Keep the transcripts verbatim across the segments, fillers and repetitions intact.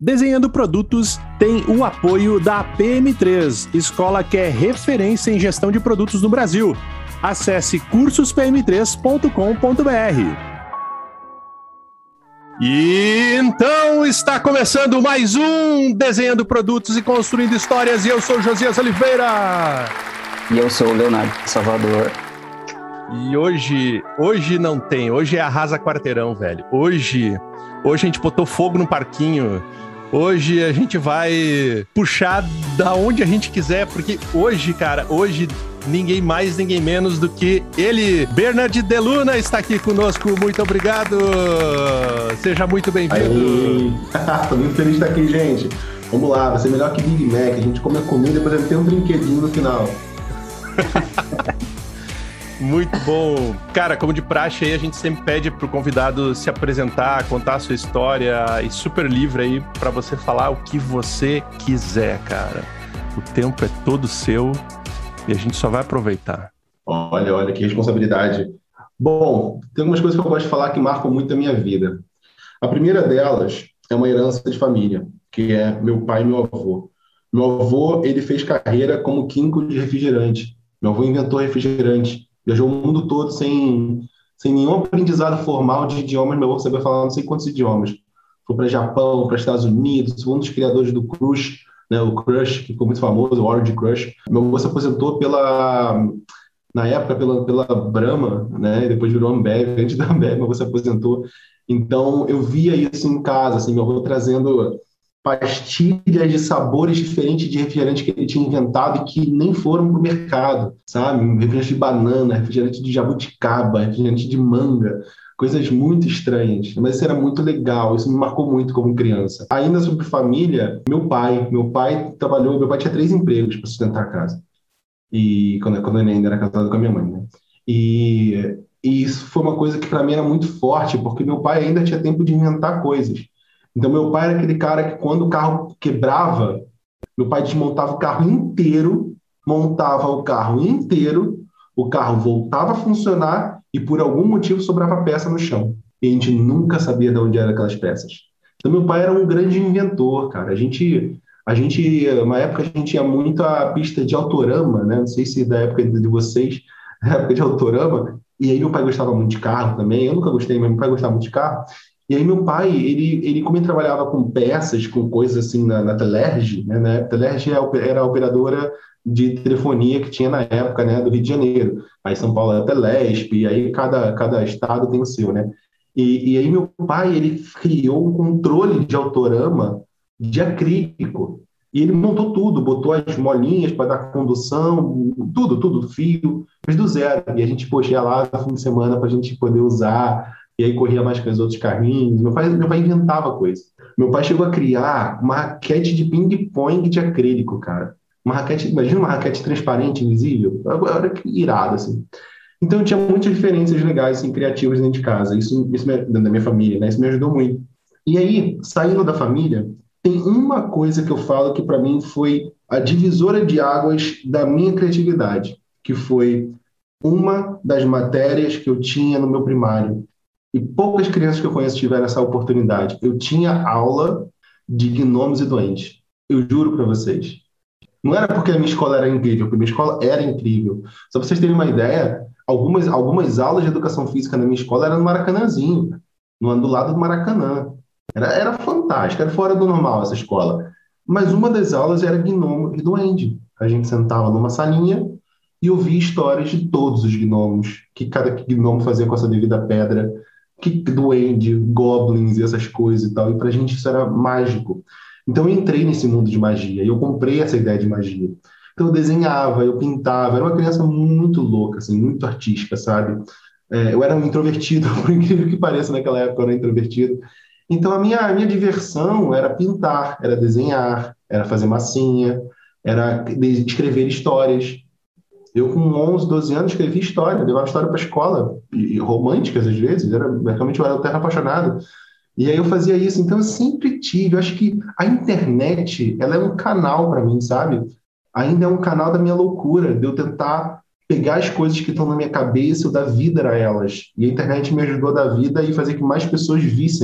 Desenhando Produtos tem o apoio da P M três, escola que é referência em gestão de produtos no Brasil. Acesse cursos p m três ponto com ponto b r. E então está começando mais um Desenhando Produtos e Construindo Histórias, e eu sou Josias Oliveira. E eu sou o Leonardo Salvador. E hoje, hoje não tem, hoje é arrasa quarteirão, velho. Hoje, hoje a gente botou fogo no parquinho. Hoje a gente vai puxar da onde a gente quiser, porque hoje, cara, hoje ninguém mais, ninguém menos do que ele, Bernard De Luna, está aqui conosco. Muito obrigado. Seja muito bem-vindo. Tô muito feliz de estar aqui, gente. Vamos lá, vai ser melhor que Big Mac. A gente come a comida e depois tem um brinquedinho no final. Muito bom. Cara, como de praxe aí, a gente sempre pede pro convidado se apresentar, contar a sua história, e super livre aí pra você falar o que você quiser, cara. O tempo é todo seu e a gente só vai aproveitar. Olha, olha, que responsabilidade. Bom, tem algumas coisas que eu gosto de falar que marcam muito a minha vida. A primeira delas é uma herança de família, que é meu pai e meu avô. Meu avô, ele fez carreira como químico de refrigerante. Meu avô inventou refrigerante. Viajou o mundo todo sem, sem nenhum aprendizado formal de idiomas. Meu avô sabia falar não sei quantos idiomas. Foi para Japão, para Estados Unidos, foi um dos criadores do Crush, né, o Crush, que ficou muito famoso, o Orange Crush. Meu avô se aposentou pela, na época pela, pela Brahma, né, depois virou Ambev, antes da Ambev, meu avô se aposentou. Então eu via isso em casa, assim, meu avô trazendo pastilhas de sabores diferentes de refrigerante que ele tinha inventado e que nem foram para o mercado, sabe? Refrigerante de banana, refrigerante de jabuticaba, refrigerante de manga, coisas muito estranhas. Mas isso era muito legal, isso me marcou muito como criança. Ainda sobre família, meu pai. Meu pai trabalhou, meu pai tinha três empregos para sustentar a casa. E quando, quando ele ainda era casado com a minha mãe, né? E, e isso foi uma coisa que para mim era muito forte, porque meu pai ainda tinha tempo de inventar coisas. Então, meu pai era aquele cara que, quando o carro quebrava, meu pai desmontava o carro inteiro, montava o carro inteiro, o carro voltava a funcionar e, por algum motivo, sobrava peça no chão. E a gente nunca sabia de onde eram aquelas peças. Então, meu pai era um grande inventor, cara. A gente, a gente, uma época, a gente ia muito à pista de Autorama, né? Não sei se da época de vocês, da época de Autorama. E aí, meu pai gostava muito de carro também. Eu nunca gostei, mas meu pai gostava muito de carro. E aí meu pai, ele, ele como ele trabalhava com peças, com coisas assim na, na Telerge, né? Na época, a Telerge era a operadora de telefonia que tinha na época, né, do Rio de Janeiro. Aí São Paulo é a Telesp, e aí cada, cada estado tem o seu, né? E, e aí meu pai, ele criou um controle de Autorama de acrílico. E ele montou tudo, botou as molinhas para dar condução, tudo, tudo, fio, fez do zero. E a gente, poxa, ia lá no fim de semana para a gente poder usar. E aí corria mais com os outros carrinhos. Meu pai, meu pai inventava coisa. Meu pai chegou a criar uma raquete de ping-pong de acrílico, cara. Uma raquete, imagina uma raquete transparente, invisível. Era irado, assim. Então tinha muitas diferenças legais, assim, criativas dentro de casa. Isso, isso me, da minha família, né? Isso me ajudou muito. E aí, saindo da família, tem uma coisa que eu falo que para mim foi a divisora de águas da minha criatividade, que foi uma das matérias que eu tinha no meu primário. E poucas crianças que eu conheço tiveram essa oportunidade. Eu tinha aula de gnomos e doentes. Eu juro para vocês. Não era porque a minha escola era incrível, porque a minha escola era incrível. Só para vocês terem uma ideia, algumas, algumas aulas de educação física na minha escola eram no Maracanãzinho, no, do lado do Maracanã. Era, era fantástico, era fora do normal essa escola. Mas uma das aulas era gnomo e duende. A gente sentava numa salinha e ouvia histórias de todos os gnomos, que cada gnomo fazia com a sua devida pedra, que duende, goblins e essas coisas e tal, e pra gente isso era mágico. Então eu entrei nesse mundo de magia, e eu comprei essa ideia de magia. Então eu desenhava, eu pintava, era uma criança muito louca, assim, muito artística, sabe? É, eu era um introvertido, por incrível que pareça, naquela época eu era introvertido. Então a minha, a minha diversão era pintar, era desenhar, era fazer massinha, era escrever histórias. Eu, com onze, doze anos, escrevi história, levava história para a escola, e românticas às vezes, era, realmente eu era um terra apaixonado. E aí eu fazia isso, então eu sempre tive, eu acho que a internet, ela é um canal para mim, sabe? Ainda é um canal da minha loucura, de eu tentar pegar as coisas que estão na minha cabeça, eu dar vida a elas. E a internet me ajudou a dar vida e fazer que mais pessoas vissem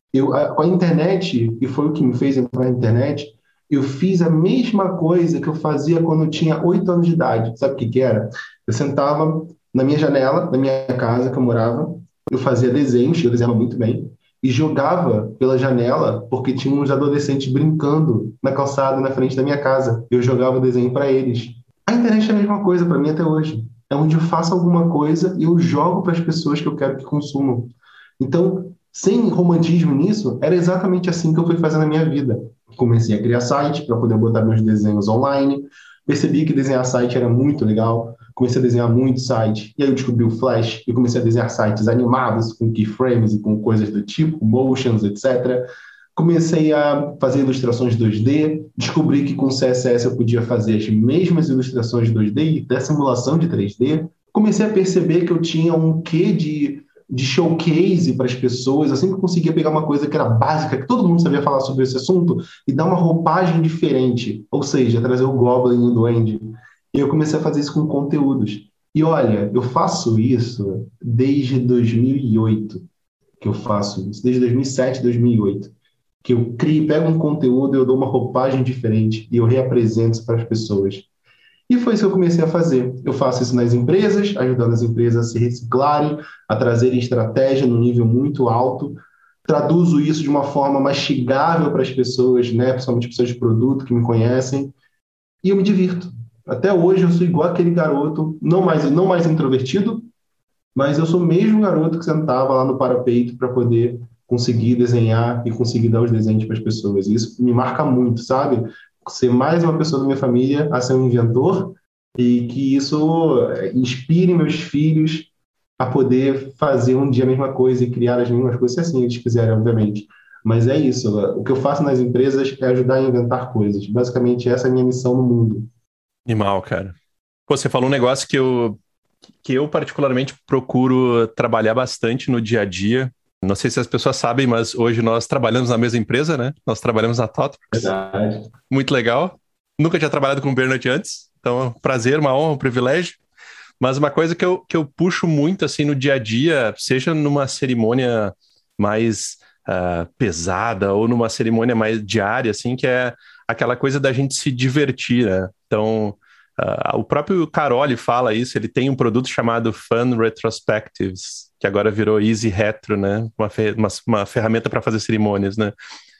Eu, a, com a internet, e foi o que me fez entrar na internet, eu fiz a mesma coisa que eu fazia quando eu tinha oito anos de idade. Sabe o que que era? Eu sentava na minha janela, da minha casa que eu morava, eu fazia desenhos, eu desenhava muito bem, e jogava pela janela, porque tinha uns adolescentes brincando na calçada na frente da minha casa. Eu jogava o desenho para eles. A internet é a mesma coisa para mim até hoje. É onde eu faço alguma coisa e eu jogo para as pessoas que eu quero que consumam. Então, sem romantismo nisso, era exatamente assim que eu fui fazendo a minha vida. Comecei a criar site para poder botar meus desenhos online. Percebi que desenhar site era muito legal. Comecei a desenhar muito site. E aí eu descobri o Flash e comecei a desenhar sites animados, com keyframes e com coisas do tipo, motions, etcétera. Comecei a fazer ilustrações dois D. Descobri que com C S S eu podia fazer as mesmas ilustrações dois D e da simulação de três D. Comecei a perceber que eu tinha um quê de de showcase para as pessoas. Eu sempre conseguia pegar uma coisa que era básica, que todo mundo sabia falar sobre esse assunto, e dar uma roupagem diferente, ou seja, trazer o Goblin e o Duende. E eu comecei a fazer isso com conteúdos. E olha, eu faço isso desde dois mil e oito, que eu faço isso, desde dois mil e sete, dois mil e oito, que eu crio, pego um conteúdo, eu dou uma roupagem diferente e eu reapresento isso para as pessoas. E foi isso que eu comecei a fazer. Eu faço isso nas empresas, ajudando as empresas a se reciclarem, a trazerem estratégia num nível muito alto. Traduzo isso de uma forma mastigável para as pessoas, né? Principalmente pessoas de produto que me conhecem. E eu me divirto. Até hoje eu sou igual aquele garoto, não mais, não mais introvertido, mas eu sou o mesmo garoto que sentava lá no parapeito para poder conseguir desenhar e conseguir dar os desenhos para as pessoas. E isso me marca muito, sabe? Ser mais uma pessoa da minha família a ser um inventor e que isso eh, inspire meus filhos a poder fazer um dia a mesma coisa e criar as mesmas coisas, se assim eles quiserem, obviamente. Mas é isso, o que eu faço nas empresas é ajudar a inventar coisas. Basicamente, essa é a minha missão no mundo. Animal, cara. Pô, você falou um negócio que eu, que eu particularmente procuro trabalhar bastante no dia a dia. Não sei se as pessoas sabem, mas hoje nós trabalhamos na mesma empresa, né? Nós trabalhamos na ThoughtWorks. Verdade. Muito legal. Nunca tinha trabalhado com o Bernard antes, então é um prazer, uma honra, um privilégio. Mas uma coisa que eu, que eu puxo muito assim no dia a dia, seja numa cerimônia mais uh, pesada ou numa cerimônia mais diária, assim, que é aquela coisa da gente se divertir, né? Então, uh, o próprio Caroli fala isso, ele tem um produto chamado Fun Retrospectives, que agora virou Easy Retro, né? Uma, fe- uma, uma ferramenta para fazer cerimônias, né?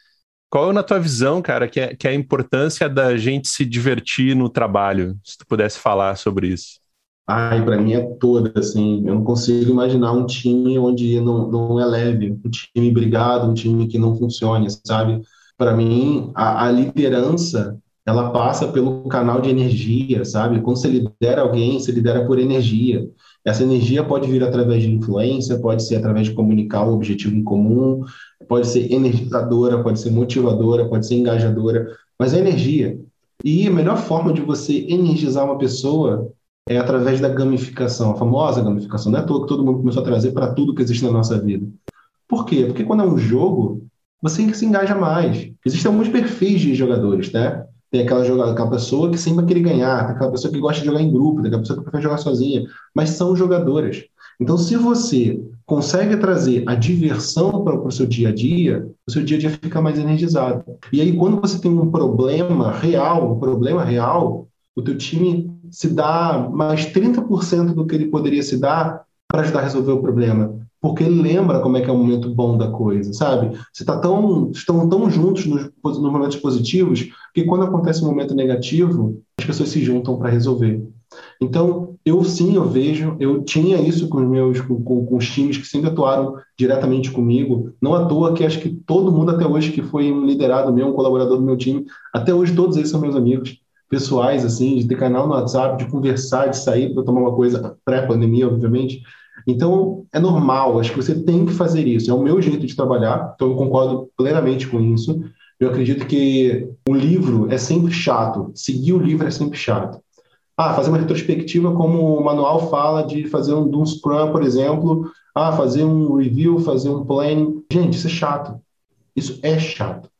Qual, na tua visão, cara, que é, que é a importância da gente se divertir no trabalho? Se tu pudesse falar sobre isso. Ai, para mim é toda, assim, eu não consigo imaginar um time onde não, não é leve, um time brigado, um time que não funcione, sabe? Para mim, a, a liderança, ela passa pelo canal de energia, sabe? Quando você lidera alguém, você lidera por energia. Essa energia pode vir através de influência, pode ser através de comunicar um objetivo em comum, pode ser energizadora, pode ser motivadora, pode ser engajadora, mas é energia. E a melhor forma de você energizar uma pessoa é através da gamificação, a famosa gamificação. Não é à toa que todo mundo começou a trazer para tudo que existe na nossa vida. Por quê? Porque quando é um jogo, você se engaja mais. Existem alguns perfis de jogadores, né? Tem aquela, joga- aquela pessoa que sempre vai querer ganhar, tem aquela pessoa que gosta de jogar em grupo, tem aquela pessoa que prefere jogar sozinha, mas são jogadoras. Então, se você consegue trazer a diversão para o seu dia a dia, o seu dia a dia fica mais energizado. E aí, quando você tem um problema real, um problema real, o teu time se dá mais trinta por cento do que ele poderia se dar para ajudar a resolver o problema. Porque ele lembra como é que é o momento bom da coisa, sabe? Você tá tão, estão tão juntos nos, nos momentos positivos que quando acontece um momento negativo, as pessoas se juntam para resolver. Então, eu sim, eu vejo, eu tinha isso com os meus, com, com, com os times que sempre atuaram diretamente comigo. Não à toa que acho que todo mundo até hoje que foi um liderado meu, um colaborador do meu time, até hoje todos eles são meus amigos pessoais, assim, de ter canal no WhatsApp, de conversar, de sair para tomar uma coisa pré-pandemia, obviamente. Então, é normal, acho que você tem que fazer isso. É o meu jeito de trabalhar, então eu concordo plenamente com isso. Eu acredito que o livro é sempre chato, seguir o livro é sempre chato. Ah, fazer uma retrospectiva, como o manual fala de fazer um, de um Scrum, por exemplo. Ah, fazer um review, fazer um planning. Gente, isso é chato. Isso é chato.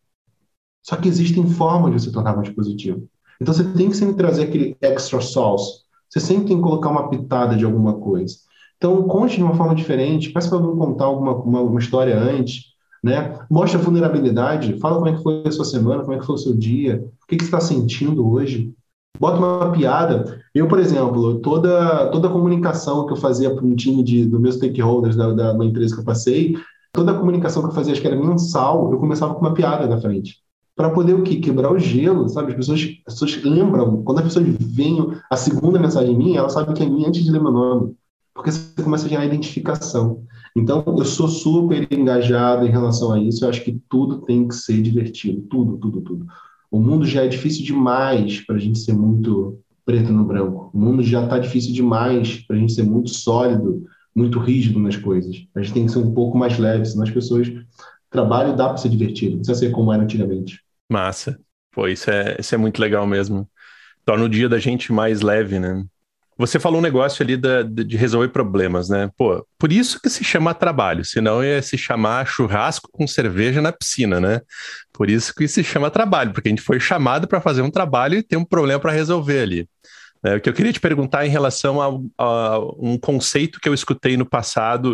Só que existem formas de se tornar mais positivo. Então você tem que sempre trazer aquele extra sauce. Você sempre tem que colocar uma pitada de alguma coisa. Então conte de uma forma diferente. Peça para alguém contar alguma uma, uma história antes. né? Mostra vulnerabilidade, fala como é que foi a sua semana, como é que foi o seu dia, o que, que você está sentindo hoje. Bota uma piada. Eu, por exemplo, toda, toda a comunicação que eu fazia para um time de, dos meus stakeholders da, da, da empresa que eu passei, toda a comunicação que eu fazia, acho que era mensal, eu começava com uma piada na frente. Para poder o quê? Quebrar o gelo, sabe? As pessoas, as pessoas lembram, quando as pessoas veem a segunda mensagem minha, elas sabem que é minha antes de ler meu nome. Porque você começa a gerar identificação. Então, eu sou super engajado em relação a isso. Eu acho que tudo tem que ser divertido. Tudo, tudo, tudo. O mundo já é difícil demais para a gente ser muito preto no branco. O mundo já está difícil demais para a gente ser muito sólido, muito rígido nas coisas. A gente tem que ser um pouco mais leve, senão as pessoas... Trabalho dá para ser divertido. Não precisa ser como era antigamente. Massa. Pô, isso é, isso é muito legal mesmo. Torna o dia da gente mais leve, né? Você falou um negócio ali da, de resolver problemas, né? Pô, por isso que se chama trabalho, senão ia se chamar churrasco com cerveja na piscina, né? Por isso que se chama trabalho, porque a gente foi chamado para fazer um trabalho e tem um problema para resolver ali. É, o que eu queria te perguntar em relação a, a um conceito que eu escutei no passado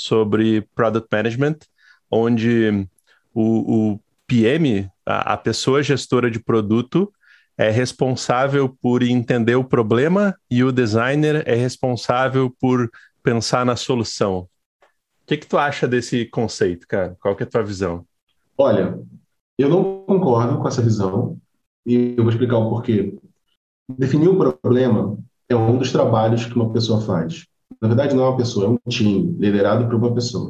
sobre Product Management, onde o, o P M, a, a pessoa gestora de produto, é responsável por entender o problema e o designer é responsável por pensar na solução. O que que tu acha desse conceito, cara? Qual que é a tua visão? Olha, eu não concordo com essa visão e eu vou explicar o porquê. Definir o problema é um dos trabalhos que uma pessoa faz. Na verdade, não é uma pessoa, é um time liderado por uma pessoa.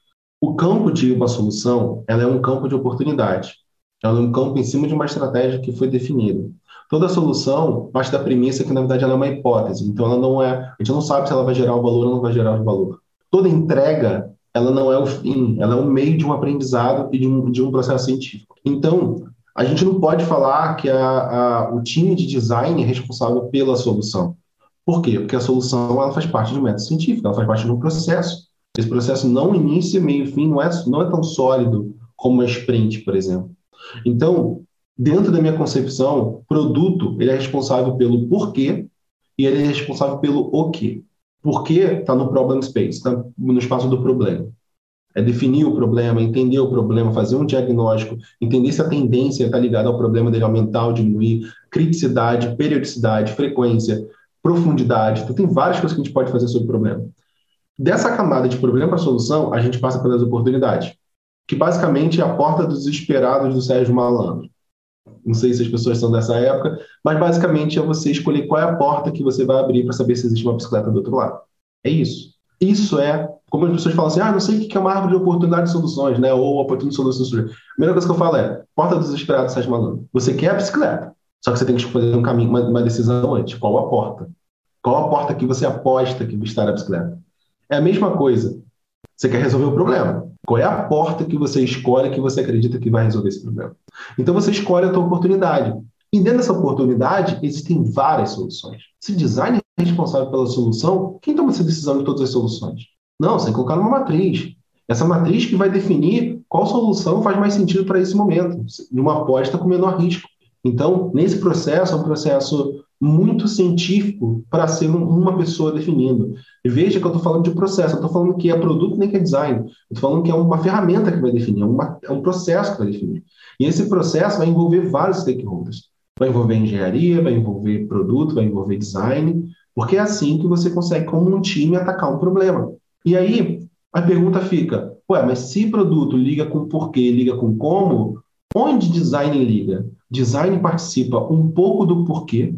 O campo de uma solução, ela é um campo de oportunidade. Ela é um campo em cima de uma estratégia que foi definida. Toda solução parte da premissa que, na verdade, ela é uma hipótese. Então, ela não é... A gente não sabe se ela vai gerar o valor ou não vai gerar o valor. Toda entrega, ela não é o fim. Ela é o meio de um aprendizado e de um, de um processo científico. Então, a gente não pode falar que a, a, o time de design é responsável pela solução. Por quê? Porque a solução ela faz parte de um método científico, ela faz parte de um processo. Esse processo não inicia, meio e fim, não é, não é tão sólido como uma sprint, por exemplo. Então, dentro da minha concepção, produto ele é responsável pelo porquê e ele é responsável pelo o quê. Porquê está no problem space, está no espaço do problema. É definir o problema, entender o problema, fazer um diagnóstico, entender se a tendência está ligada ao problema dele aumentar ou diminuir, criticidade, periodicidade, frequência, profundidade. Então, tem várias coisas que a gente pode fazer sobre o problema. Dessa camada de problema para solução, a gente passa pelas oportunidades, que basicamente é a porta dos desesperados do Sérgio Malandro. Não sei se as pessoas são dessa época, mas basicamente é você escolher qual é a porta que você vai abrir para saber se existe uma bicicleta do outro lado. É isso. Isso é, como as pessoas falam assim, ah, não sei o que é uma árvore de oportunidade de soluções, né? Ou oportunidade de soluções. A primeira coisa que eu falo é, porta dos desesperados do Sérgio Malandro. Você quer a bicicleta, só que você tem que fazer um caminho, uma, uma decisão antes. Qual a porta? Qual a porta que você aposta que vai estar a bicicleta? É a mesma coisa. Você quer resolver o problema. Qual é a porta que você escolhe que você acredita que vai resolver esse problema? Então você escolhe a tua oportunidade. E dentro dessa oportunidade existem várias soluções. Se o design é responsável pela solução, quem toma essa decisão de todas as soluções? Não, você tem que colocar numa matriz. Essa matriz que vai definir qual solução faz mais sentido para esse momento, de uma aposta com menor risco. Então, nesse processo, é um processo muito científico para ser uma pessoa definindo. E veja que eu estou falando de processo, eu estou falando que é produto nem que é design, eu estou falando que é uma ferramenta que vai definir, é, uma, é um processo que vai definir. E esse processo vai envolver vários stakeholders. Vai envolver engenharia, vai envolver produto, vai envolver design, porque é assim que você consegue, como um time, atacar um problema. E aí, a pergunta fica, ué, mas se produto liga com porquê, liga com como, onde design liga? Design participa um pouco do porquê,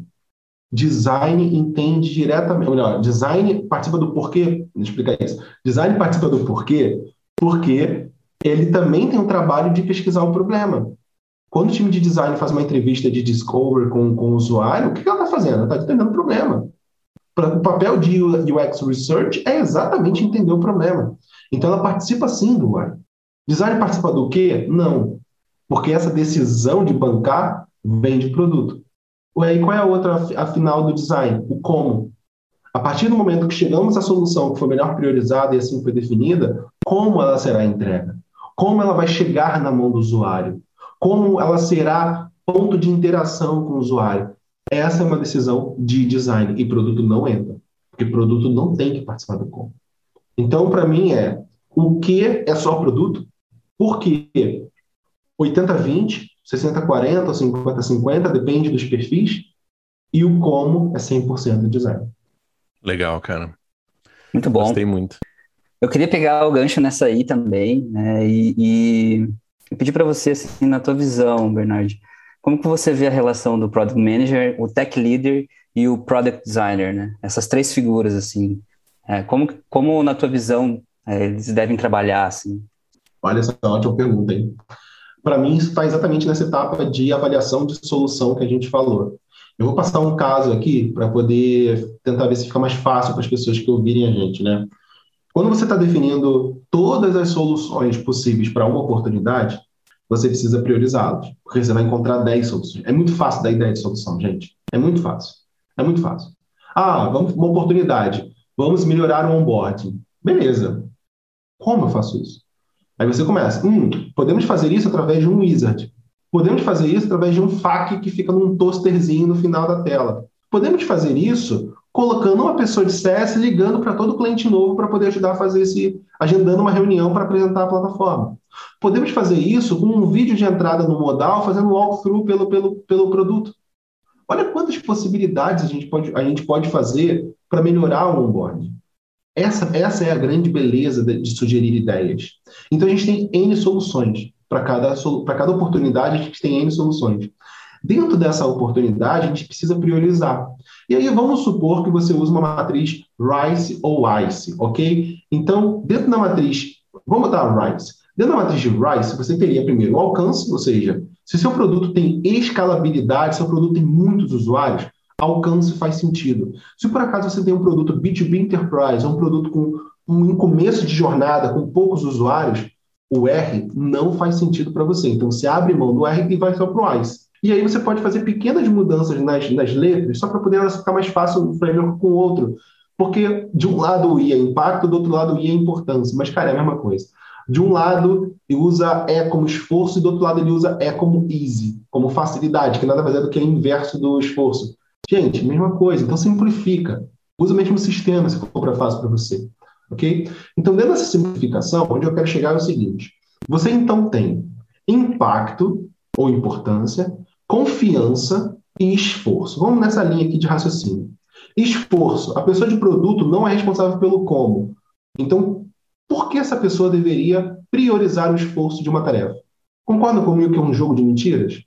design entende diretamente, melhor, design participa do porquê, deixa eu explicar isso. Design participa do porquê, porque ele também tem um trabalho de pesquisar o problema. Quando o time de design faz uma entrevista de discover com, com o usuário, o que ela está fazendo? Ela está entendendo o problema. O papel de U X Research é exatamente entender o problema. Então, ela participa sim do U I. Design participa do quê? Não. Porque essa decisão de bancar vem de produto. E aí, qual é a outra, a final do design? O como. A partir do momento que chegamos à solução que foi melhor priorizada e assim foi definida, como ela será entregue? Como ela vai chegar na mão do usuário? Como ela será ponto de interação com o usuário? Essa é uma decisão de design e produto não entra, porque produto não tem que participar do como. Então, para mim, é o que é só produto, Por quê? oitenta vinte, sessenta quarenta, cinquenta cinquenta, depende dos perfis, e o como é cem por cento design. Legal, cara. Muito bom. Gostei muito. Eu queria pegar o gancho nessa aí também, né, e, e eu pedir para você, assim, na tua visão, Bernard, como que você vê a relação do Product Manager, o Tech Leader e o Product Designer, né? Essas três figuras, assim, é, como, como na tua visão é, eles devem trabalhar, assim? Olha, essa é uma ótima pergunta, hein? Para mim, isso está exatamente nessa etapa de avaliação de solução que a gente falou. Eu vou passar um caso aqui para poder tentar ver se fica mais fácil para as pessoas que ouvirem a gente, né? Quando você está definindo todas as soluções possíveis para uma oportunidade, você precisa priorizá-las, porque você vai encontrar dez soluções. É muito fácil dar ideia de solução, gente. É muito fácil. É muito fácil. Ah, vamos uma oportunidade. Vamos melhorar o onboarding. Beleza. Como eu faço isso? Aí você começa. Hum, podemos fazer isso através de um wizard. Podemos fazer isso através de um F A Q que fica num toasterzinho no final da tela. Podemos fazer isso colocando uma pessoa de C S ligando para todo cliente novo para poder ajudar a fazer esse, agendando uma reunião para apresentar a plataforma. Podemos fazer isso com um vídeo de entrada no modal, fazendo um walkthrough pelo, pelo, pelo produto. Olha quantas possibilidades a gente pode, a gente pode fazer para melhorar o onboarding. Essa, essa é a grande beleza de, de sugerir ideias. Então, a gente tem N soluções. Para cada, para cada oportunidade, a gente tem N soluções. Dentro dessa oportunidade, a gente precisa priorizar. E aí, vamos supor que você usa uma matriz RICE ou ICE, ok? Então, dentro da matriz, vamos botar RICE. Dentro da matriz de RICE, você teria primeiro o alcance, ou seja, se seu produto tem escalabilidade, seu produto tem muitos usuários, alcance faz sentido. Se por acaso você tem um produto B dois B Enterprise, um produto com um começo de jornada com poucos usuários, o R não faz sentido para você. Então, você abre mão do R e vai só para o ICE. E aí você pode fazer pequenas mudanças nas, nas letras, só para poder elas ficar mais fácil um framework com o outro. Porque de um lado o I é impacto, do outro lado o I é importância. Mas, cara, é a mesma coisa. De um lado, ele usa E como esforço, e do outro lado ele usa E como easy, como facilidade, que nada mais é do que o inverso do esforço. Gente, mesma coisa. Então, simplifica. Usa o mesmo sistema, se for para fácil para você. Ok? Então, dentro dessa simplificação, onde eu quero chegar é o seguinte. Você, então, tem impacto ou importância, confiança e esforço. Vamos nessa linha aqui de raciocínio. Esforço. A pessoa de produto não é responsável pelo como. Então, por que essa pessoa deveria priorizar o esforço de uma tarefa? Concorda comigo que é um jogo de mentiras?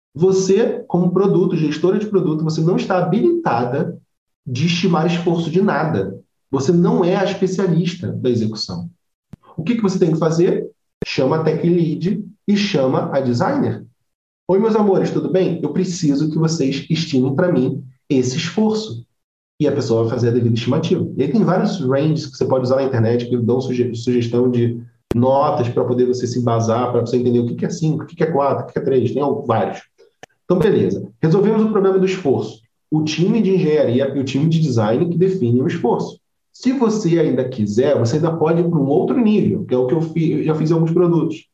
Você, como produto, gestora de produto, você não está habilitada de estimar esforço de nada. Você não é a especialista da execução. O que, que você tem que fazer? Chama a Tech Lead e chama a designer. Oi, meus amores, tudo bem? Eu preciso que vocês estimem para mim esse esforço. E a pessoa vai fazer a devida estimativa. E aí tem vários ranges que você pode usar na internet que dão suge- sugestão de notas para poder você se embasar, para você entender o que, que é cinco, o que, que é quatro, o que, que é três. Tem vários. Então, beleza. Resolvemos o problema do esforço. O time de engenharia e o time de design que definem o esforço. Se você ainda quiser, você ainda pode ir para um outro nível, que é o que eu, fi, eu já fiz em alguns produtos.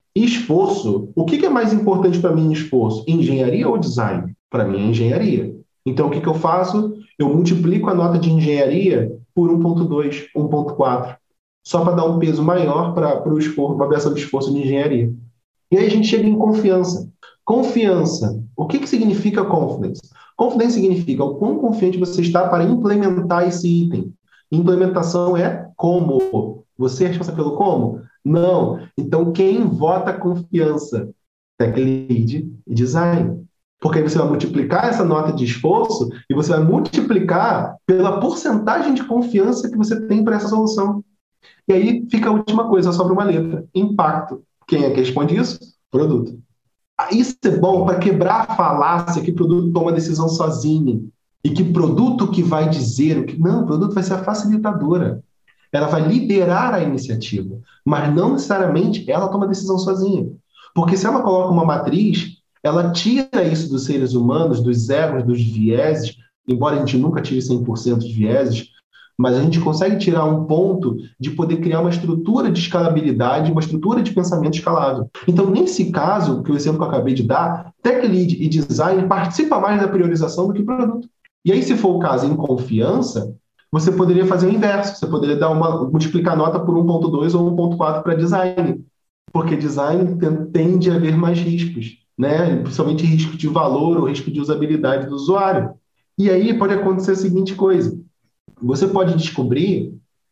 Esforço. O que, que é mais importante para mim em esforço? Engenharia ou design? Para mim é engenharia. Então, o que, que eu faço? Eu multiplico a nota de engenharia por um ponto dois, um ponto quatro, só para dar um peso maior para o esforço, para a versão de esforço de engenharia. E aí a gente chega em confiança. Confiança. O que, que significa confidence? Confidence significa o quão confiante você está para implementar esse item. Implementação é como. Você é responsável pelo como? Não. Então, quem vota confiança? Tech Lead e Design. Porque aí você vai multiplicar essa nota de esforço e você vai multiplicar pela porcentagem de confiança que você tem para essa solução. E aí fica a última coisa, sobra uma letra. Impacto. Quem é que responde isso? Produto. Isso é bom para quebrar a falácia que o produto toma decisão sozinho. E que produto que vai dizer o que... Não, o produto vai ser a facilitadora. Ela vai liderar a iniciativa. Mas não necessariamente ela toma decisão sozinha. Porque se ela coloca uma matriz, ela tira isso dos seres humanos, dos egos, dos vieses, embora a gente nunca tire cem por cento de vieses, mas a gente consegue tirar um ponto de poder criar uma estrutura de escalabilidade, uma estrutura de pensamento escalável. Então, nesse caso, que o exemplo que eu acabei de dar, Tech Lead e Design participa mais da priorização do que produto. E aí, se for o caso em confiança, você poderia fazer o inverso. Você poderia dar uma, multiplicar a nota por um ponto dois ou um ponto quatro para design. Porque design tende a haver mais riscos, né? Principalmente risco de valor ou risco de usabilidade do usuário. E aí pode acontecer a seguinte coisa: você pode descobrir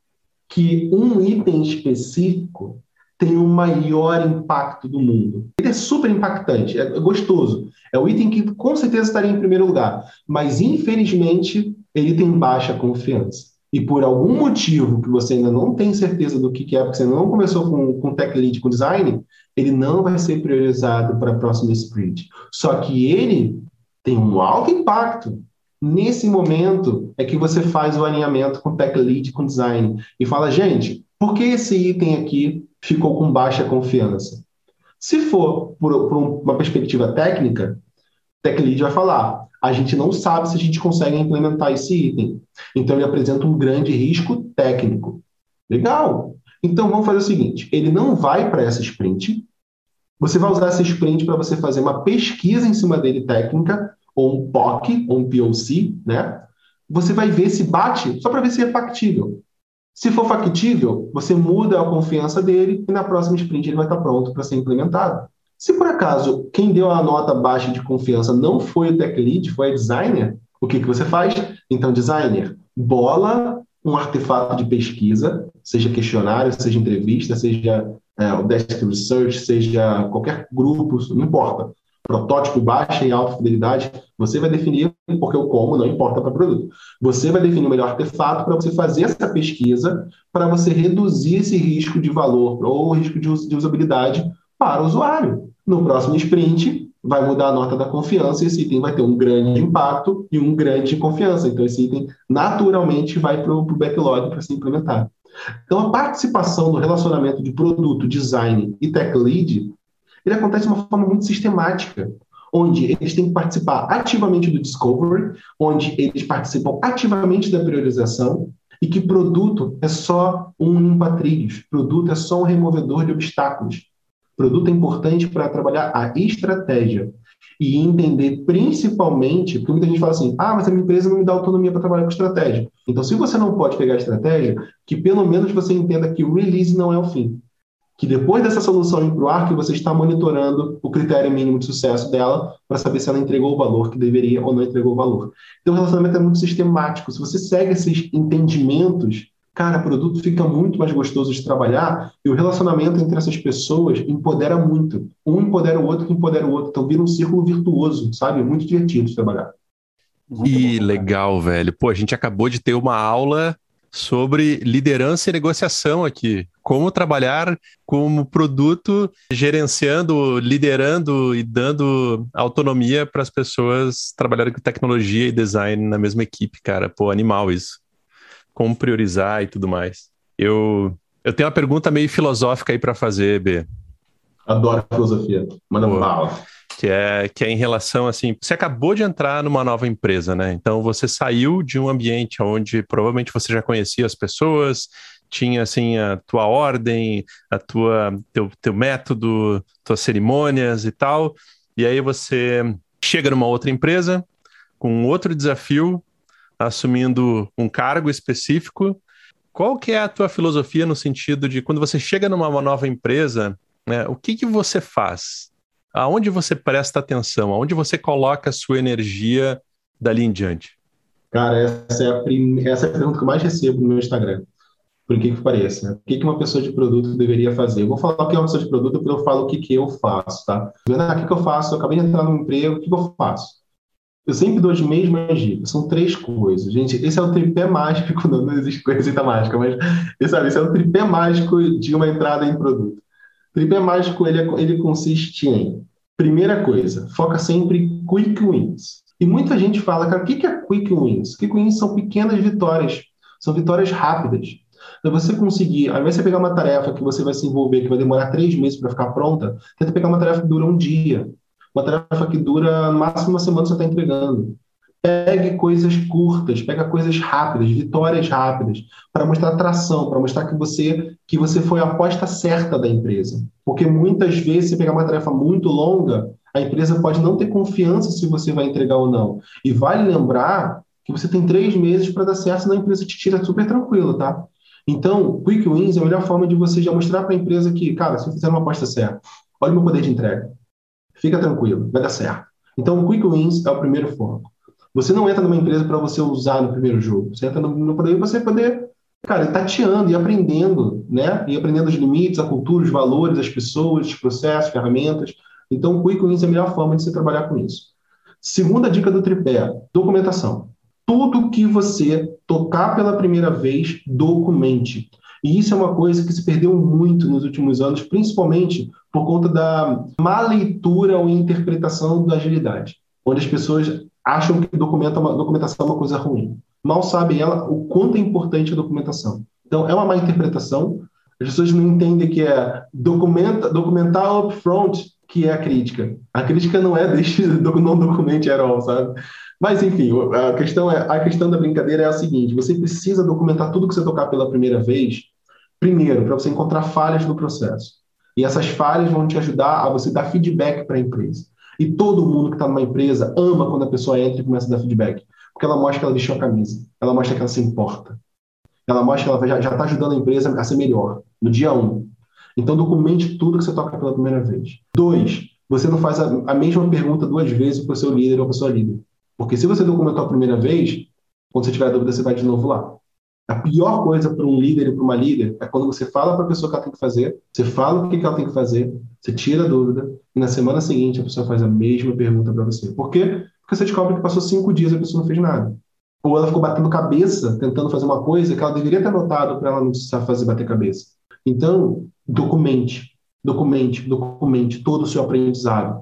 que um item específico tem o maior impacto do mundo. Ele é super impactante, é gostoso. É o item que com certeza estaria em primeiro lugar, mas infelizmente ele tem baixa confiança. E por algum motivo que você ainda não tem certeza do que é, porque você não começou com, com tech lead, com design, ele não vai ser priorizado para a próxima sprint. Só que ele tem um alto impacto. Nesse momento é que você faz o alinhamento com tech lead, com design, e fala, gente, por que esse item aqui ficou com baixa confiança? Se for por, por uma perspectiva técnica, o tech lead vai falar, a gente não sabe se a gente consegue implementar esse item. Então, ele apresenta um grande risco técnico. Legal. Então, vamos fazer o seguinte, ele não vai para essa sprint, você vai usar essa sprint para você fazer uma pesquisa em cima dele técnica, ou um P O C, ou um P O C, né? Você vai ver se bate, só para ver se é factível. Se for factível, você muda a confiança dele e na próxima sprint ele vai estar pronto para ser implementado. Se por acaso quem deu a nota baixa de confiança não foi o tech lead, foi a designer, o que, que você faz? Então, designer, bola um artefato de pesquisa, seja questionário, seja entrevista, seja é, o desk research, seja qualquer grupo, não importa. Protótipo baixa e alta fidelidade, você vai definir, porque o como não importa para o produto. Você vai definir o melhor artefato para você fazer essa pesquisa, para você reduzir esse risco de valor ou risco de, us de usabilidade para o usuário. No próximo sprint, vai mudar a nota da confiança e esse item vai ter um grande impacto e um grande confiança. Então, esse item naturalmente vai para o backlog para ser implementado. Então, a participação no relacionamento de produto, design e tech lead, ele acontece de uma forma muito sistemática, onde eles têm que participar ativamente do discovery, onde eles participam ativamente da priorização, e que produto é só um limpa-trilhos, produto é só um removedor de obstáculos. Produto é importante para trabalhar a estratégia e entender principalmente, porque muita gente fala assim, ah, mas a minha empresa não me dá autonomia para trabalhar com estratégia. Então, se você não pode pegar a estratégia, que pelo menos você entenda que o release não é o fim. Que depois dessa solução ir para o ar, que você está monitorando o critério mínimo de sucesso dela para saber se ela entregou o valor que deveria ou não entregou o valor. Então, o relacionamento é muito sistemático. Se você segue esses entendimentos, cara, o produto fica muito mais gostoso de trabalhar e o relacionamento entre essas pessoas empodera muito. Um empodera o outro, que empodera o outro. Então, vira um círculo virtuoso, sabe? Muito divertido de trabalhar. Que legal, velho. Pô, a gente acabou de ter uma aula sobre liderança e negociação aqui. Como trabalhar como produto, gerenciando, liderando e dando autonomia para as pessoas trabalharem com tecnologia e design na mesma equipe, cara. Pô, animal isso. Como priorizar e tudo mais. Eu, eu tenho uma pergunta meio filosófica aí para fazer, B. Adoro filosofia. Manda bala. Que é, que é em relação, assim, você acabou de entrar numa nova empresa, né? Então, você saiu de um ambiente onde provavelmente você já conhecia as pessoas, tinha, assim, a tua ordem, a tua, teu, teu método, tuas cerimônias e tal, e aí você chega numa outra empresa com um outro desafio, assumindo um cargo específico. Qual que é a tua filosofia no sentido de quando você chega numa nova empresa, né, o que que você faz? Aonde você presta atenção? Aonde você coloca a sua energia dali em diante? Cara, essa é a, prim... essa é a pergunta que eu mais recebo no meu Instagram. Por que que pareça, né? O que que uma pessoa de produto deveria fazer? Eu vou falar o que é uma pessoa de produto, depois eu falo o que que eu faço, tá? Ah, o que que eu faço? Eu acabei de entrar no emprego, o que que eu faço? Eu sempre dou as mesmas dicas, são três coisas. Gente, esse é o tripé mágico, não, não existe receita mágica, mas sabe, esse é o tripé mágico de uma entrada em produto. O tripé mágico, ele, é, ele consiste em, primeira coisa, foca sempre em quick wins. E muita gente fala, cara, o que é quick wins? Quick wins são pequenas vitórias, são vitórias rápidas. Então, você conseguir, ao invés de você pegar uma tarefa que você vai se envolver, que vai demorar três meses para ficar pronta, tenta pegar uma tarefa que dura um dia. Uma tarefa que dura no máximo uma semana você está entregando. Pegue coisas curtas, pega coisas rápidas, vitórias rápidas, para mostrar atração, para mostrar que você, que você foi a aposta certa da empresa. Porque muitas vezes, se pegar uma tarefa muito longa, a empresa pode não ter confiança se você vai entregar ou não. E vale lembrar que você tem três meses para dar certo, senão a empresa te tira super tranquilo, tá? Então, Quick Wins é a melhor forma de você já mostrar para a empresa que, cara, se eu fizer uma aposta certa, olha o meu poder de entrega. Fica tranquilo, vai dar certo. Então, o Quick Wins é o primeiro foco. Você não entra numa empresa para você usar no primeiro jogo. Você entra no, no poder você poder, cara, tateando e aprendendo, né? E aprendendo os limites, a cultura, os valores, as pessoas, os processos, ferramentas. Então, o Quick Wins é a melhor forma de você trabalhar com isso. Segunda dica do tripé, documentação. Tudo que você tocar pela primeira vez, documente. E isso é uma coisa que se perdeu muito nos últimos anos, principalmente por conta da má leitura ou interpretação da agilidade, onde as pessoas acham que documenta uma, documentação é uma coisa ruim. Mal sabem ela o quanto é importante a documentação. Então, é uma má interpretação. As pessoas não entendem que é documenta, documentar upfront, que é a crítica. A crítica não é deixe não documente at all, sabe? Mas, enfim, a questão, é, a questão da brincadeira é a seguinte: você precisa documentar tudo que você tocar pela primeira vez, primeiro, para você encontrar falhas no processo. E essas falhas vão te ajudar a você dar feedback para a empresa. E todo mundo que está numa empresa ama quando a pessoa entra e começa a dar feedback. Porque ela mostra que ela vestiu a camisa. Ela mostra que ela se importa. Ela mostra que ela já está ajudando a empresa a ser melhor, no dia um. Então, documente tudo que você toca pela primeira vez. Dois, você não faz a, a mesma pergunta duas vezes para o seu líder ou para a sua líder. Porque se você documentou a primeira vez, quando você tiver dúvida, você vai de novo lá. A pior coisa para um líder e para uma líder é quando você fala para a pessoa o que ela tem que fazer, você fala o que ela tem que fazer, você tira a dúvida, e na semana seguinte a pessoa faz a mesma pergunta para você. Por quê? Porque você descobre que passou cinco dias e a pessoa não fez nada. Ou ela ficou batendo cabeça, tentando fazer uma coisa que ela deveria ter anotado para ela não precisar fazer bater cabeça. Então, documente, documente, documente todo o seu aprendizado.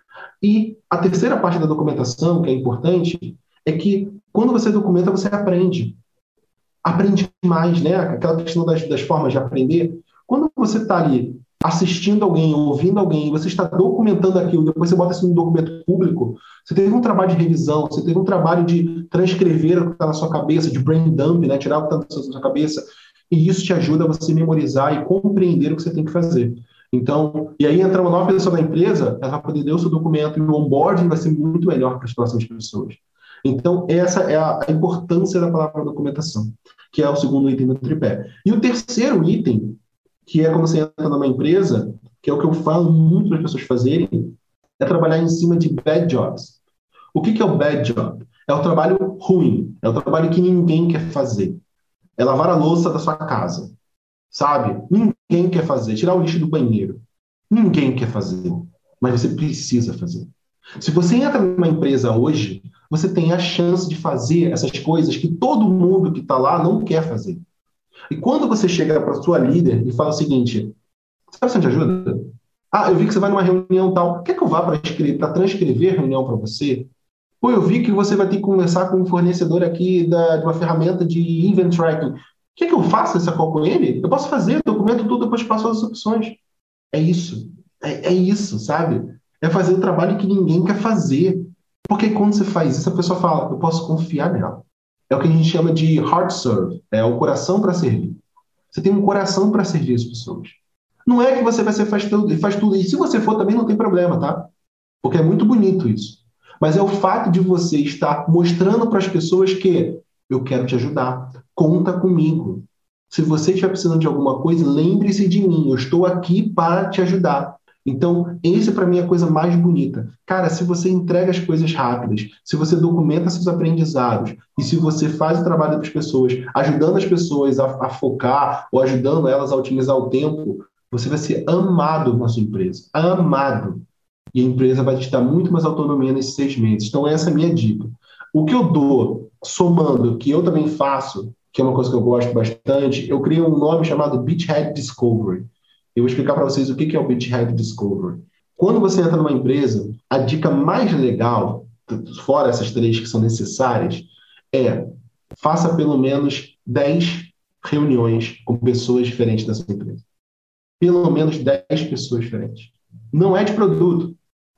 E a terceira parte da documentação, que é importante, é que quando você documenta, você aprende. Aprende mais, né? Aquela questão das, das formas de aprender. Quando você está ali assistindo alguém, ouvindo alguém, você está documentando aquilo, depois você bota isso num documento público, você teve um trabalho de revisão, você teve um trabalho de transcrever o que está na sua cabeça, de brain dump, né? Tirar o que está na sua cabeça, e isso te ajuda a você memorizar e compreender o que você tem que fazer. Então, e aí entra uma nova pessoa na empresa, ela vai poder ler o seu documento e o onboarding vai ser muito melhor para as próximas pessoas. Então, essa é a, a importância da palavra documentação, que é o segundo item do tripé. E o terceiro item, que é quando você entra numa empresa, que é o que eu falo muito para as pessoas fazerem, é trabalhar em cima de bad jobs. O que, que é o bad job? É o trabalho ruim, é o trabalho que ninguém quer fazer. É lavar a louça da sua casa, sabe? Ninguém quer fazer. Tirar o lixo do banheiro. Ninguém quer fazer, mas você precisa fazer. Se você entra numa empresa hoje, você tem a chance de fazer essas coisas que todo mundo que está lá não quer fazer. E quando você chega para a sua líder e fala o seguinte: sabe se eu te ajuda? Ah, eu vi que você vai numa reunião tal. Quer que eu vá para transcrever a reunião para você? Pô, eu vi que você vai ter que conversar com um fornecedor aqui da, de uma ferramenta de event tracking. Quer que eu faça essa call com ele? Eu posso fazer, documento tudo, depois passo as opções. É isso. É, é isso, sabe? É fazer o trabalho que ninguém quer fazer. Porque quando você faz isso, a pessoa fala: eu posso confiar nela. É o que a gente chama de heart serve. É o coração para servir. Você tem um coração para servir as pessoas. Não é que você vai ser faz tudo, faz tudo. E se você for, também não tem problema, tá? Porque é muito bonito isso. Mas é o fato de você estar mostrando para as pessoas que eu quero te ajudar. Conta comigo. Se você estiver precisando de alguma coisa, lembre-se de mim. Eu estou aqui para te ajudar. Então, esse para mim é a coisa mais bonita. Cara, se você entrega as coisas rápidas, se você documenta seus aprendizados e se você faz o trabalho das pessoas, ajudando as pessoas a, a focar ou ajudando elas a otimizar o tempo, você vai ser amado na sua empresa. Amado. E a empresa vai te dar muito mais autonomia nesses seis meses. Então, essa é a minha dica. O que eu dou, somando, que eu também faço, que é uma coisa que eu gosto bastante, eu criei um nome chamado Beachhead Discovery. Eu vou explicar para vocês o que é o Beachhead Discovery. Quando você entra numa empresa, a dica mais legal, fora essas três que são necessárias, é faça pelo menos dez reuniões com pessoas diferentes da sua empresa. Pelo menos dez pessoas diferentes. Não é de produto.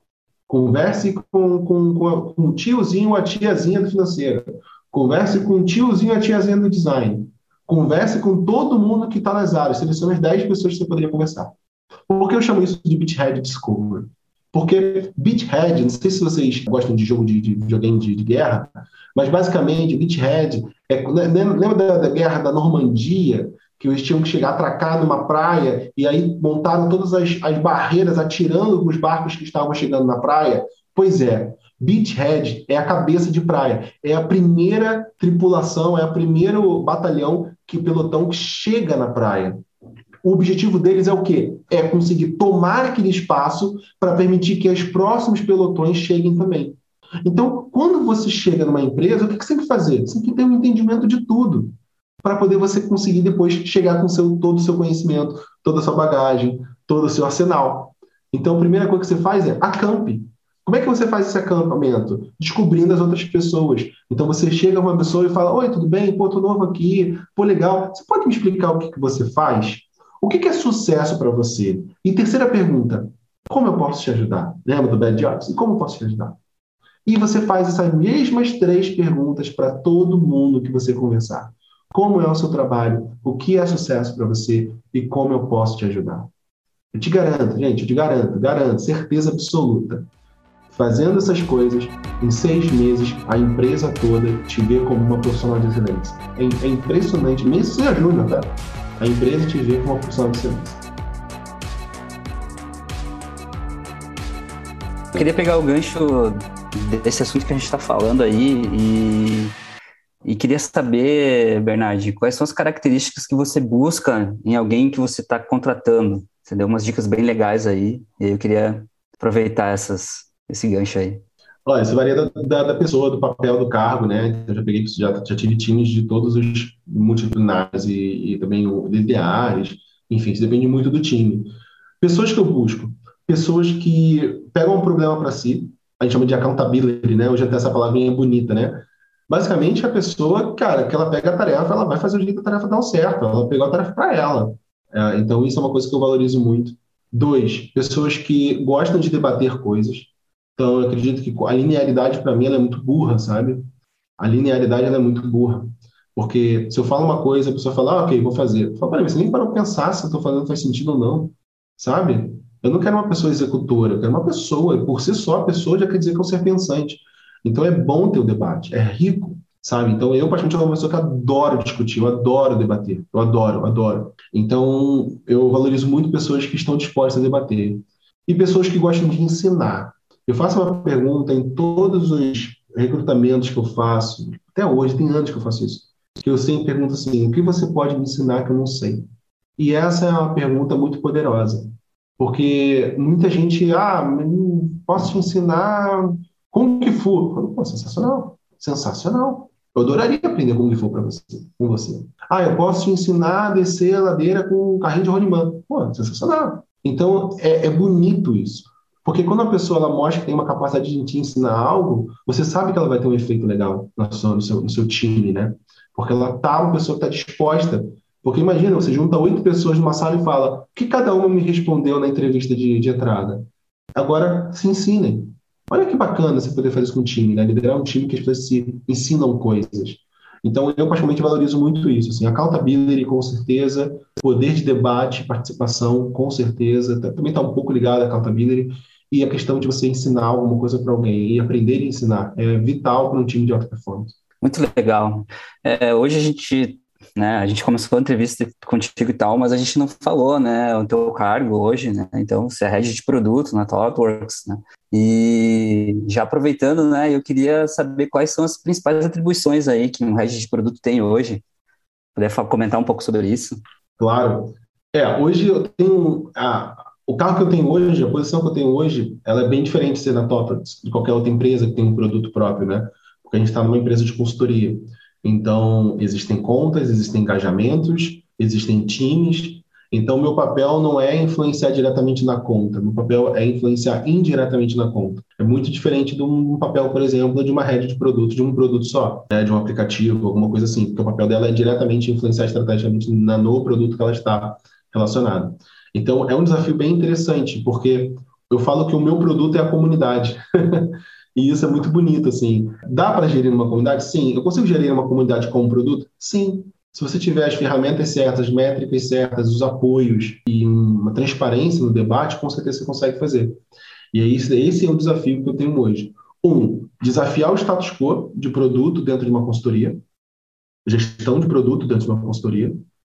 Converse com, com, com o tiozinho ou a tiazinha do financeiro. Converse com o tiozinho ou a tiazinha do design. Converse com todo mundo que está nas áreas. Selecione as dez pessoas que você poderia conversar. Por que eu chamo isso de Beachhead Discovery? Porque Beachhead, não sei se vocês gostam de jogo de, de videogame de, de guerra, mas basicamente Beachhead, é, lembra da, da guerra da Normandia, que eles tinham que chegar a atracar numa praia, e aí montaram todas as, as barreiras atirando os barcos que estavam chegando na praia. Pois é, Beachhead é a cabeça de praia, é a primeira tripulação, é o primeiro batalhão que pelotão que chega na praia. O objetivo deles é o quê? É conseguir tomar aquele espaço para permitir que os próximos pelotões cheguem também. Então, quando você chega numa empresa, o que você tem que fazer? Você tem que ter um entendimento de tudo, para poder você conseguir depois chegar com seu, todo o seu conhecimento, toda a sua bagagem, todo o seu arsenal. Então, a primeira coisa que você faz é acampe. Como é que você faz esse acampamento? Descobrindo as outras pessoas. Então, você chega a uma pessoa e fala: oi, tudo bem? Pô, tô novo aqui. Pô, legal. Você pode me explicar o que, que você faz? O que, que é sucesso para você? E terceira pergunta: como eu posso te ajudar? Lembra do Bad Jobs? E como eu posso te ajudar? E você faz essas mesmas três perguntas para todo mundo que você conversar. Como é o seu trabalho? O que é sucesso para você? E como eu posso te ajudar? Eu te garanto, gente, eu te garanto, garanto, certeza absoluta. Fazendo essas coisas, em seis meses, a empresa toda te vê como uma profissional de excelência. É, é impressionante, mesmo se seja júnior, tá? A empresa te vê como uma profissional de excelência. Eu queria pegar o gancho desse assunto que a gente está falando aí e, e queria saber, Bernardi, quais são as características que você busca em alguém que você está contratando? Você deu umas dicas bem legais aí e eu queria aproveitar essas, esse gancho aí. Olha, isso varia da, da, da pessoa, do papel, do cargo, né? Eu já peguei, já, já tive times de todos os multidisciplinares e, e também lineares, enfim, isso depende muito do time. Pessoas que eu busco, pessoas que pegam um problema para si, a gente chama de accountability, né? Hoje até essa palavrinha é bonita, né? Basicamente, a pessoa, cara, que ela pega a tarefa, ela vai fazer o jeito da tarefa dar certo, ela pegou a tarefa para ela. É, então, isso é uma coisa que eu valorizo muito. Dois, pessoas que gostam de debater coisas. Então, eu acredito que a linearidade, para mim, ela é muito burra, sabe? A linearidade, ela é muito burra. Porque se eu falo uma coisa, a pessoa fala: ah, ok, vou fazer. Eu falo: peraí, você nem parou para pensar se eu estou fazendo faz sentido ou não, sabe? Eu não quero uma pessoa executora, eu quero uma pessoa. E por si só, a pessoa já quer dizer que é um ser pensante. Então, é bom ter o debate, é rico, sabe? Então, eu, particularmente, sou uma pessoa que adoro discutir, eu adoro debater, eu adoro, eu adoro. Então, eu valorizo muito pessoas que estão dispostas a debater. E pessoas que gostam de ensinar. Eu faço uma pergunta em todos os recrutamentos que eu faço, até hoje, tem anos que eu faço isso, que eu sempre pergunto assim: o que você pode me ensinar que eu não sei? E essa é uma pergunta muito poderosa, porque muita gente: ah, posso te ensinar Kung Fu? Eu falo: pô, sensacional, sensacional. Eu adoraria aprender Kung Fu para você, com você. Ah, eu posso te ensinar a descer a ladeira com um carrinho de rolimã. Pô, sensacional. Então, é, é bonito isso. Porque quando a pessoa ela mostra que tem uma capacidade de te ensinar algo, você sabe que ela vai ter um efeito legal na sua, no, seu, no seu time, né? Porque ela tá uma pessoa que está disposta. Porque imagina, você junta oito pessoas numa sala e fala: o que cada uma me respondeu na entrevista de, de entrada? Agora, se ensinem. Olha que bacana você poder fazer isso com um time, né? Liderar um time que as pessoas se ensinam coisas. Então, eu particularmente valorizo muito isso. Assim, accountability, com certeza, poder de debate, participação, com certeza. Também está um pouco ligado à accountability. E a questão de você ensinar alguma coisa para alguém e aprender a ensinar é vital para um time de alta performance. Muito legal. É, hoje a gente, né, a gente começou a entrevista contigo e tal, mas a gente não falou, né, o teu cargo hoje, né? Então, você é head de produto na ThoughtWorks, né? E já aproveitando, né, eu queria saber quais são as principais atribuições aí que um head de produto tem hoje. Puder comentar um pouco sobre isso? Claro. É, hoje eu tenho... A, o cargo que eu tenho hoje, a posição que eu tenho hoje, ela é bem diferente de ser na ThoughtWorks, de qualquer outra empresa que tem um produto próprio, né? Porque a gente está numa empresa de consultoria. Então, existem contas, existem engajamentos, existem times. Então, meu papel não é influenciar diretamente na conta, meu papel é influenciar indiretamente na conta. É muito diferente de um papel, por exemplo, de uma rede de produto, de um produto só, né, de um aplicativo, alguma coisa assim, porque o papel dela é diretamente influenciar estrategicamente no produto que ela está relacionada. Então, é um desafio bem interessante, porque eu falo que o meu produto é a comunidade. E isso é muito bonito, assim. Dá para gerir uma comunidade? Sim. Eu consigo gerir uma comunidade com um produto? Sim. Se você tiver as ferramentas certas, as métricas certas, os apoios e uma transparência no debate, com certeza você consegue fazer. E é isso, esse é o desafio que eu tenho hoje. Um, desafiar o status quo de produto dentro de uma consultoria, gestão de produto dentro de uma consultoria.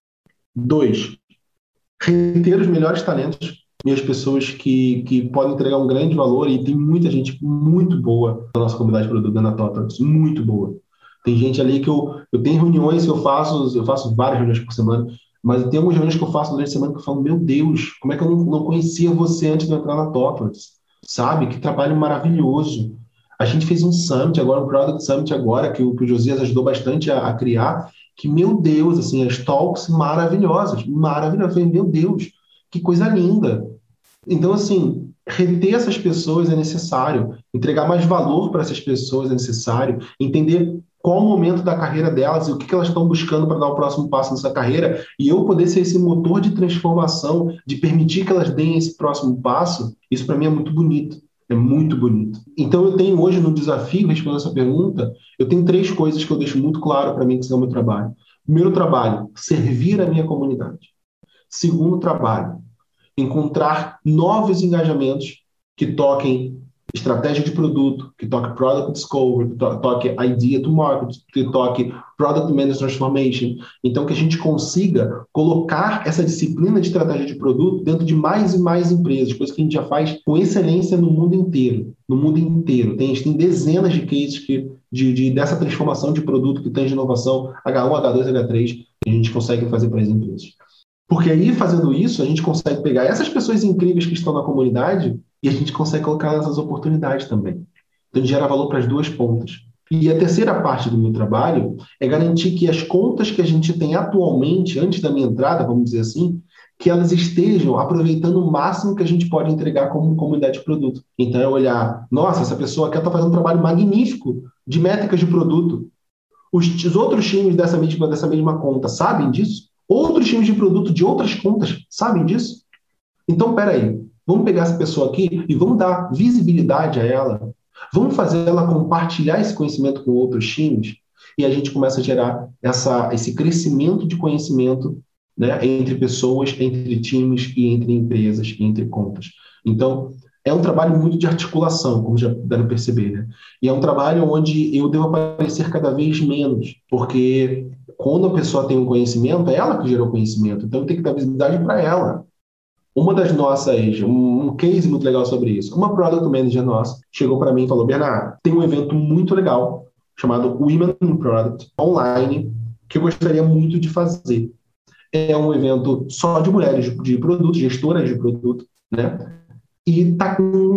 Dois, reter os melhores talentos e as pessoas que, que podem entregar um grande valor, e tem muita gente muito boa na nossa comunidade de produto da Natotalks, muito boa. Tem gente ali que eu, eu tenho reuniões que eu faço, eu faço várias reuniões por semana, mas tem algumas reuniões que eu faço durante a semana que eu falo, meu Deus, como é que eu não, não conhecia você antes de eu entrar na Totalks? Sabe? Que trabalho maravilhoso. A gente fez um summit agora, um Product Summit agora, que o, que o Josias ajudou bastante a, a criar, que, meu Deus, assim, as talks maravilhosas, maravilhosas. Eu falei, meu Deus, que coisa linda. Então, assim, reter essas pessoas é necessário, entregar mais valor para essas pessoas é necessário, entender qual o momento da carreira delas e o que que elas estão buscando para dar o próximo passo nessa carreira, e eu poder ser esse motor de transformação, de permitir que elas deem esse próximo passo, isso para mim é muito bonito. É muito bonito. Então, eu tenho hoje no desafio, respondendo essa pergunta, eu tenho três coisas que eu deixo muito claro para mim que são o meu trabalho. Primeiro trabalho, servir a minha comunidade. Segundo trabalho, encontrar novos engajamentos que toquem estratégia de produto, que toque Product Discovery, que to- toque Idea to Market, que toque Product Management Transformation. Então, que a gente consiga colocar essa disciplina de estratégia de produto dentro de mais e mais empresas, coisa que a gente já faz com excelência no mundo inteiro. No mundo inteiro. Tem, a gente tem dezenas de cases que, de, de, dessa transformação de produto que tem de inovação H um, H dois, H três, que a gente consegue fazer para as empresas. Porque aí, fazendo isso, a gente consegue pegar essas pessoas incríveis que estão na comunidade e a gente consegue colocar nessas oportunidades também. Então, a gente gera valor para as duas pontas. E a terceira parte do meu trabalho é garantir que as contas que a gente tem atualmente, antes da minha entrada, vamos dizer assim, que elas estejam aproveitando o máximo que a gente pode entregar como comunidade de produto. Então, é olhar, nossa, essa pessoa aqui está fazendo um trabalho magnífico de métricas de produto. Os, os outros times dessa mesma, dessa mesma conta sabem disso? Outros times de produto de outras contas sabem disso? Então, peraí, vamos pegar essa pessoa aqui e vamos dar visibilidade a ela. Vamos fazer ela compartilhar esse conhecimento com outros times e a gente começa a gerar essa, esse crescimento de conhecimento, né, entre pessoas, entre times e entre empresas e entre contas. Então, é um trabalho muito de articulação, como já deram perceber, né? E é um trabalho onde eu devo aparecer cada vez menos, porque quando a pessoa tem um conhecimento, é ela que gerou o conhecimento, então tem que dar visibilidade para ela. Uma das nossas, um, um case muito legal sobre isso, uma product manager nossa chegou para mim e falou, Bernardo, tem um evento muito legal chamado Women in Product online que eu gostaria muito de fazer. É um evento só de mulheres de, de produto, gestoras de produto, né? E tá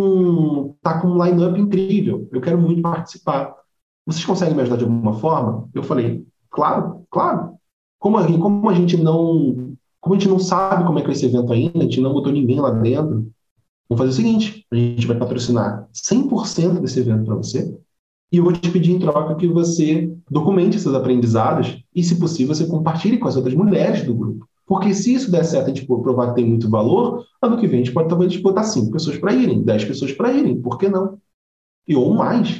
com, tá com um line-up incrível. Eu quero muito participar. Vocês conseguem me ajudar de alguma forma? Eu falei, claro, claro. Como a, como a gente não, como a gente não sabe como é que é esse evento ainda, a gente não botou ninguém lá dentro, vamos fazer o seguinte, a gente vai patrocinar cem por cento desse evento para você e eu vou te pedir em troca que você documente esses aprendizados e, se possível, você compartilhe com as outras mulheres do grupo. Porque se isso der certo, a gente provar que tem muito valor, ano que vem a gente pode talvez botar cinco pessoas para irem, dez pessoas para irem, por que não? E ou mais.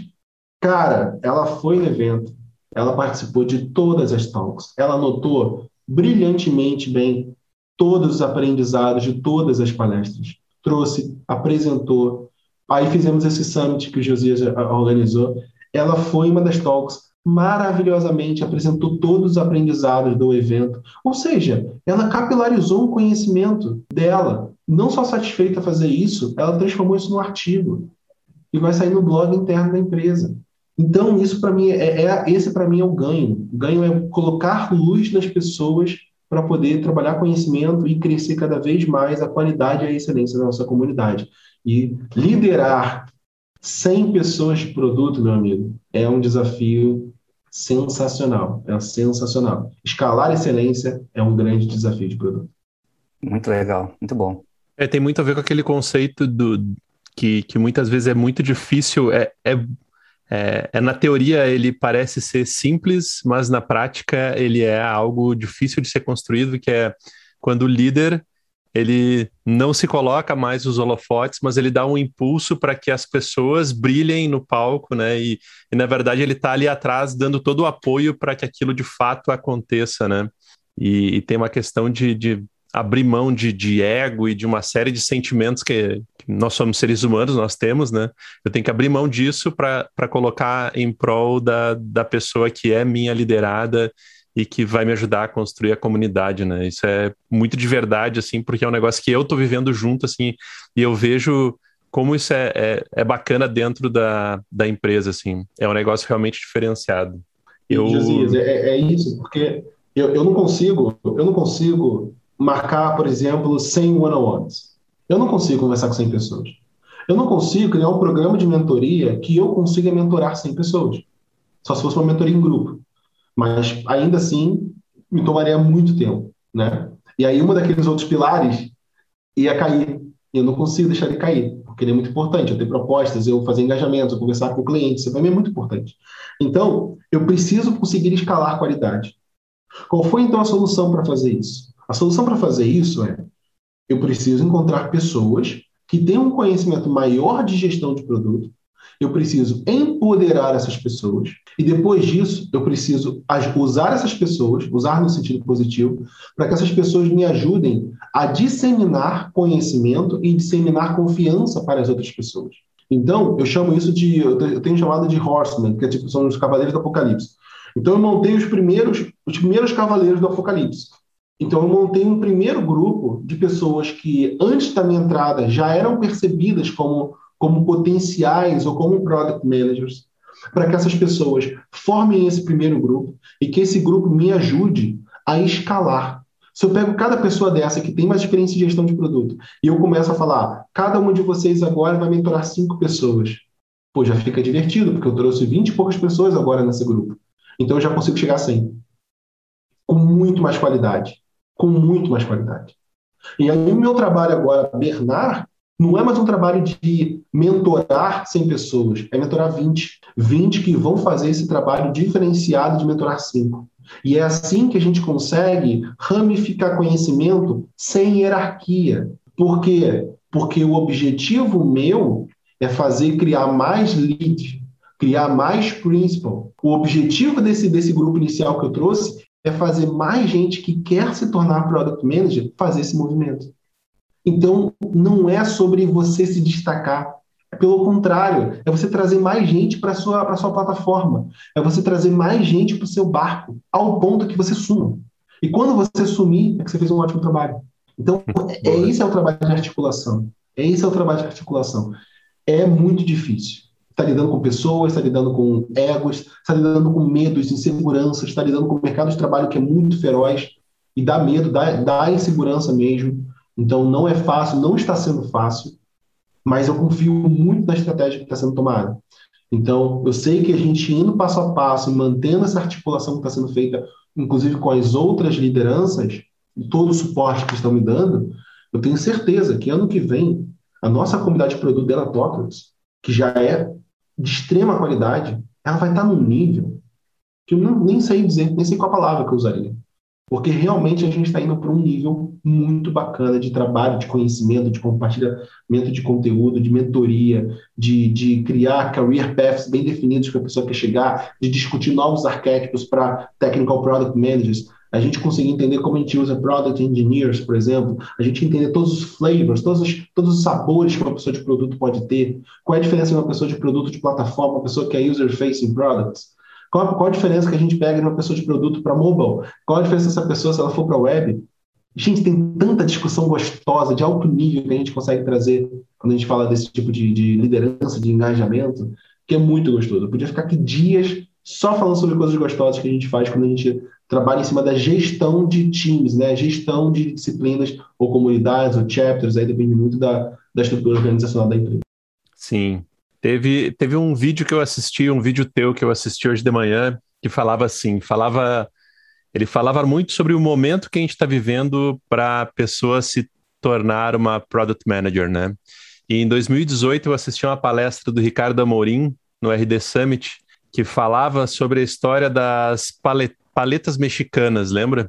Cara, ela foi no evento, ela participou de todas as talks, ela anotou brilhantemente bem todos os aprendizados de todas as palestras, trouxe, apresentou, aí fizemos esse summit que o Josias organizou, ela foi uma das talks, maravilhosamente apresentou todos os aprendizados do evento, ou seja, ela capilarizou o conhecimento dela, não só satisfeita a fazer isso, ela transformou isso num artigo, e vai sair no blog interno da empresa. Então, isso para mim é, é esse para mim é o ganho. O ganho é colocar luz nas pessoas para poder trabalhar conhecimento e crescer cada vez mais a qualidade e a excelência da nossa comunidade. E liderar cem pessoas de produto, meu amigo, é um desafio sensacional. É sensacional. Escalar excelência é um grande desafio de produto. Muito legal, muito bom. É, tem muito a ver com aquele conceito do, que, que muitas vezes é muito difícil, é, é, é, é na teoria ele parece ser simples, mas na prática ele é algo difícil de ser construído, que é quando o líder ele não se coloca mais os holofotes, mas ele dá um impulso para que as pessoas brilhem no palco, né? E, e na verdade ele está ali atrás dando todo o apoio para que aquilo de fato aconteça, né? E, e tem uma questão de, de abrir mão de, de ego e de uma série de sentimentos que, que nós somos seres humanos, nós temos, né? Eu tenho que abrir mão disso para colocar em prol da, da pessoa que é minha liderada e que vai me ajudar a construir a comunidade, né? Isso é muito de verdade, assim, porque é um negócio que eu tô vivendo junto, assim, e eu vejo como isso é, é, é bacana dentro da, da empresa, assim. É um negócio realmente diferenciado. E, Josias, Eu... é, é isso, porque eu, eu não consigo, eu não consigo marcar, por exemplo, cem one-on-ones. Eu não consigo conversar com cem pessoas. Eu não consigo criar um programa de mentoria que eu consiga mentorar cem pessoas. Só se fosse uma mentoria em grupo. Mas ainda assim, me tomaria muito tempo, né? E aí, uma daqueles outros pilares ia cair. Eu não consigo deixar ele cair, porque ele é muito importante. Eu ter propostas, eu fazer engajamentos, eu conversar com o cliente, isso para mim é muito importante. Então, eu preciso conseguir escalar a qualidade. Qual foi então a solução para fazer isso? A solução para fazer isso é: eu preciso encontrar pessoas que tenham um conhecimento maior de gestão de produto. Eu preciso empoderar essas pessoas e depois disso eu preciso usar essas pessoas, usar no sentido positivo, para que essas pessoas me ajudem a disseminar conhecimento e disseminar confiança para as outras pessoas. Então, eu chamo isso de, eu tenho chamado de horsemen, que é tipo, são os cavaleiros do Apocalipse. Então, eu montei os primeiros, os primeiros cavaleiros do Apocalipse. Então, eu montei um primeiro grupo de pessoas que, antes da minha entrada, já eram percebidas como, como potenciais ou como product managers, para que essas pessoas formem esse primeiro grupo e que esse grupo me ajude a escalar. Se eu pego cada pessoa dessa que tem mais experiência em gestão de produto e eu começo a falar, cada um de vocês agora vai mentorar cinco pessoas, pô, já fica divertido, porque eu trouxe vinte e poucas pessoas agora nesse grupo. Então, eu já consigo chegar a cem. Com muito mais qualidade. Com muito mais qualidade. E aí, o meu trabalho agora, Bernard, não é mais um trabalho de mentorar cem pessoas, é mentorar vinte. vinte que vão fazer esse trabalho diferenciado de mentorar cinco. E é assim que a gente consegue ramificar conhecimento sem hierarquia. Por quê? Porque o objetivo meu é fazer criar mais lead, criar mais principal. O objetivo desse, desse grupo inicial que eu trouxe é fazer mais gente que quer se tornar product manager fazer esse movimento. Então, não é sobre você se destacar. É pelo contrário, é você trazer mais gente para a sua, para sua plataforma. É você trazer mais gente para o seu barco, ao ponto que você suma. E quando você sumir, é que você fez um ótimo trabalho. Então, é, é esse é o trabalho de articulação. É esse é o trabalho de articulação. É muito difícil. Está lidando com pessoas, está lidando com egos, está lidando com medos, inseguranças, está lidando com um mercado de trabalho que é muito feroz e dá medo, dá, dá insegurança mesmo. Então, não é fácil, não está sendo fácil, mas eu confio muito na estratégia que está sendo tomada. Então, eu sei que a gente indo passo a passo e mantendo essa articulação que está sendo feita, inclusive com as outras lideranças, e todo o suporte que estão me dando, eu tenho certeza que ano que vem, a nossa comunidade de produto dela Talkers, que já é de extrema qualidade, ela vai estar num nível que eu não, nem sei dizer, nem sei qual a palavra que eu usaria. Porque realmente a gente está indo para um nível muito bacana de trabalho, de conhecimento, de compartilhamento de conteúdo, de mentoria, de, de criar career paths bem definidos que a pessoa quer chegar, de discutir novos arquétipos para technical product managers, a gente conseguir entender como a gente usa product engineers, por exemplo, a gente entender todos os flavors, todos os, todos os sabores que uma pessoa de produto pode ter, qual é a diferença de uma pessoa de produto de plataforma, uma pessoa que é user-facing products. Qual, qual a diferença que a gente pega de uma pessoa de produto para mobile? Qual a diferença dessa pessoa se ela for para web? Gente, tem tanta discussão gostosa, de alto nível, que a gente consegue trazer quando a gente fala desse tipo de, de liderança, de engajamento, que é muito gostoso. Eu podia ficar aqui dias só falando sobre coisas gostosas que a gente faz quando a gente trabalha em cima da gestão de times, né? Gestão de disciplinas ou comunidades ou chapters, aí depende muito da, da estrutura organizacional da empresa. Sim. Teve, teve um vídeo que eu assisti, um vídeo teu que eu assisti hoje de manhã, que falava assim, falava, ele falava muito sobre o momento que a gente está vivendo para a pessoa se tornar uma Product Manager, né? E em dois mil e dezoito eu assisti uma palestra do Ricardo Amorim, no R D Summit, que falava sobre a história das palet, paletas mexicanas, lembra?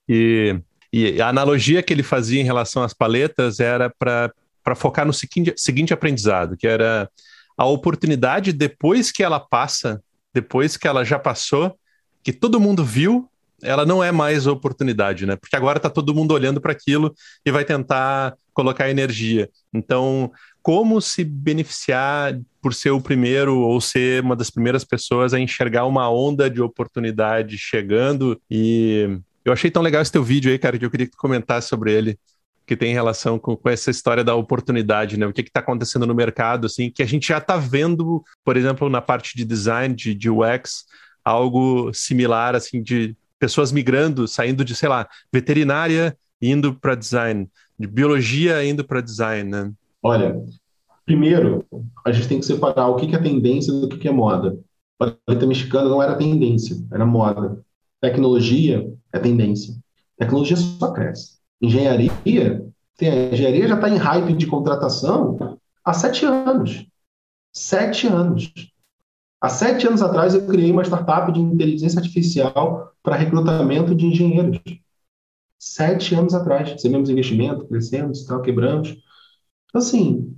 E, e a analogia que ele fazia em relação às paletas era para focar no seguinte, seguinte aprendizado, que era a oportunidade depois que ela passa, depois que ela já passou, que todo mundo viu, ela não é mais oportunidade, né? Porque agora está todo mundo olhando para aquilo e vai tentar colocar energia. Então, como se beneficiar por ser o primeiro ou ser uma das primeiras pessoas a enxergar uma onda de oportunidade chegando. E eu achei tão legal esse teu vídeo aí, cara, que eu queria que tu comentasse sobre ele, que tem relação com, com essa história da oportunidade, né? O que está acontecendo no mercado, assim, que a gente já está vendo, por exemplo, na parte de design, de, de U X, algo similar, assim, de pessoas migrando, saindo de, sei lá, veterinária indo para design, de biologia indo para design, né? Olha, primeiro, a gente tem que separar o que que é tendência do que que é moda. A paleta mexicana não era tendência, era moda. Tecnologia é tendência. Tecnologia só cresce. Engenharia, tem, a engenharia já está em hype de contratação há sete anos. Sete anos. Há sete anos atrás, eu criei uma startup de inteligência artificial para recrutamento de engenheiros. Sete anos atrás. Recebemos investimento, crescemos, tal, quebramos. Então, assim,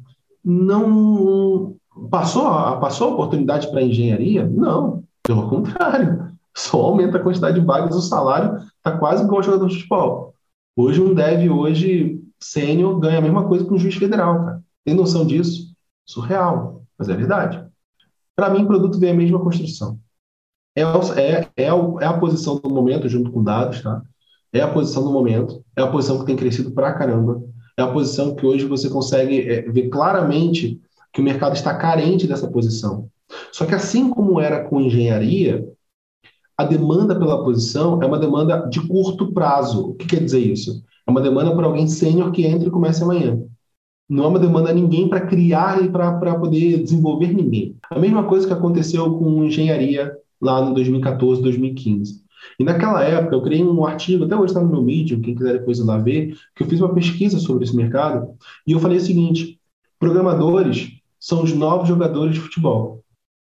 não passou, a- passou a oportunidade para a engenharia? Não, pelo contrário. Só aumenta a quantidade de vagas, o salário está quase igual ao jogador de futebol. Hoje, um dev hoje sênior ganha a mesma coisa que um juiz federal, cara. Tem noção disso? Surreal, mas é verdade. Para mim, produto vem a mesma construção. É, o- é, é, o- é a posição do momento, junto com dados, tá? É a posição do momento, é a posição que tem crescido pra caramba, é a posição que hoje você consegue é, ver claramente que o mercado está carente dessa posição. Só que assim como era com engenharia, a demanda pela posição é uma demanda de curto prazo. O que quer dizer isso? É uma demanda para alguém sênior que entra e comece amanhã. Não é uma demanda a ninguém para criar e para poder desenvolver ninguém. A mesma coisa que aconteceu com engenharia lá no dois mil e quatorze, dois mil e quinze. E naquela época eu criei um artigo, até hoje está no meu Medium, quem quiser depois ir lá ver, que eu fiz uma pesquisa sobre esse mercado, e eu falei o seguinte: programadores são os novos jogadores de futebol.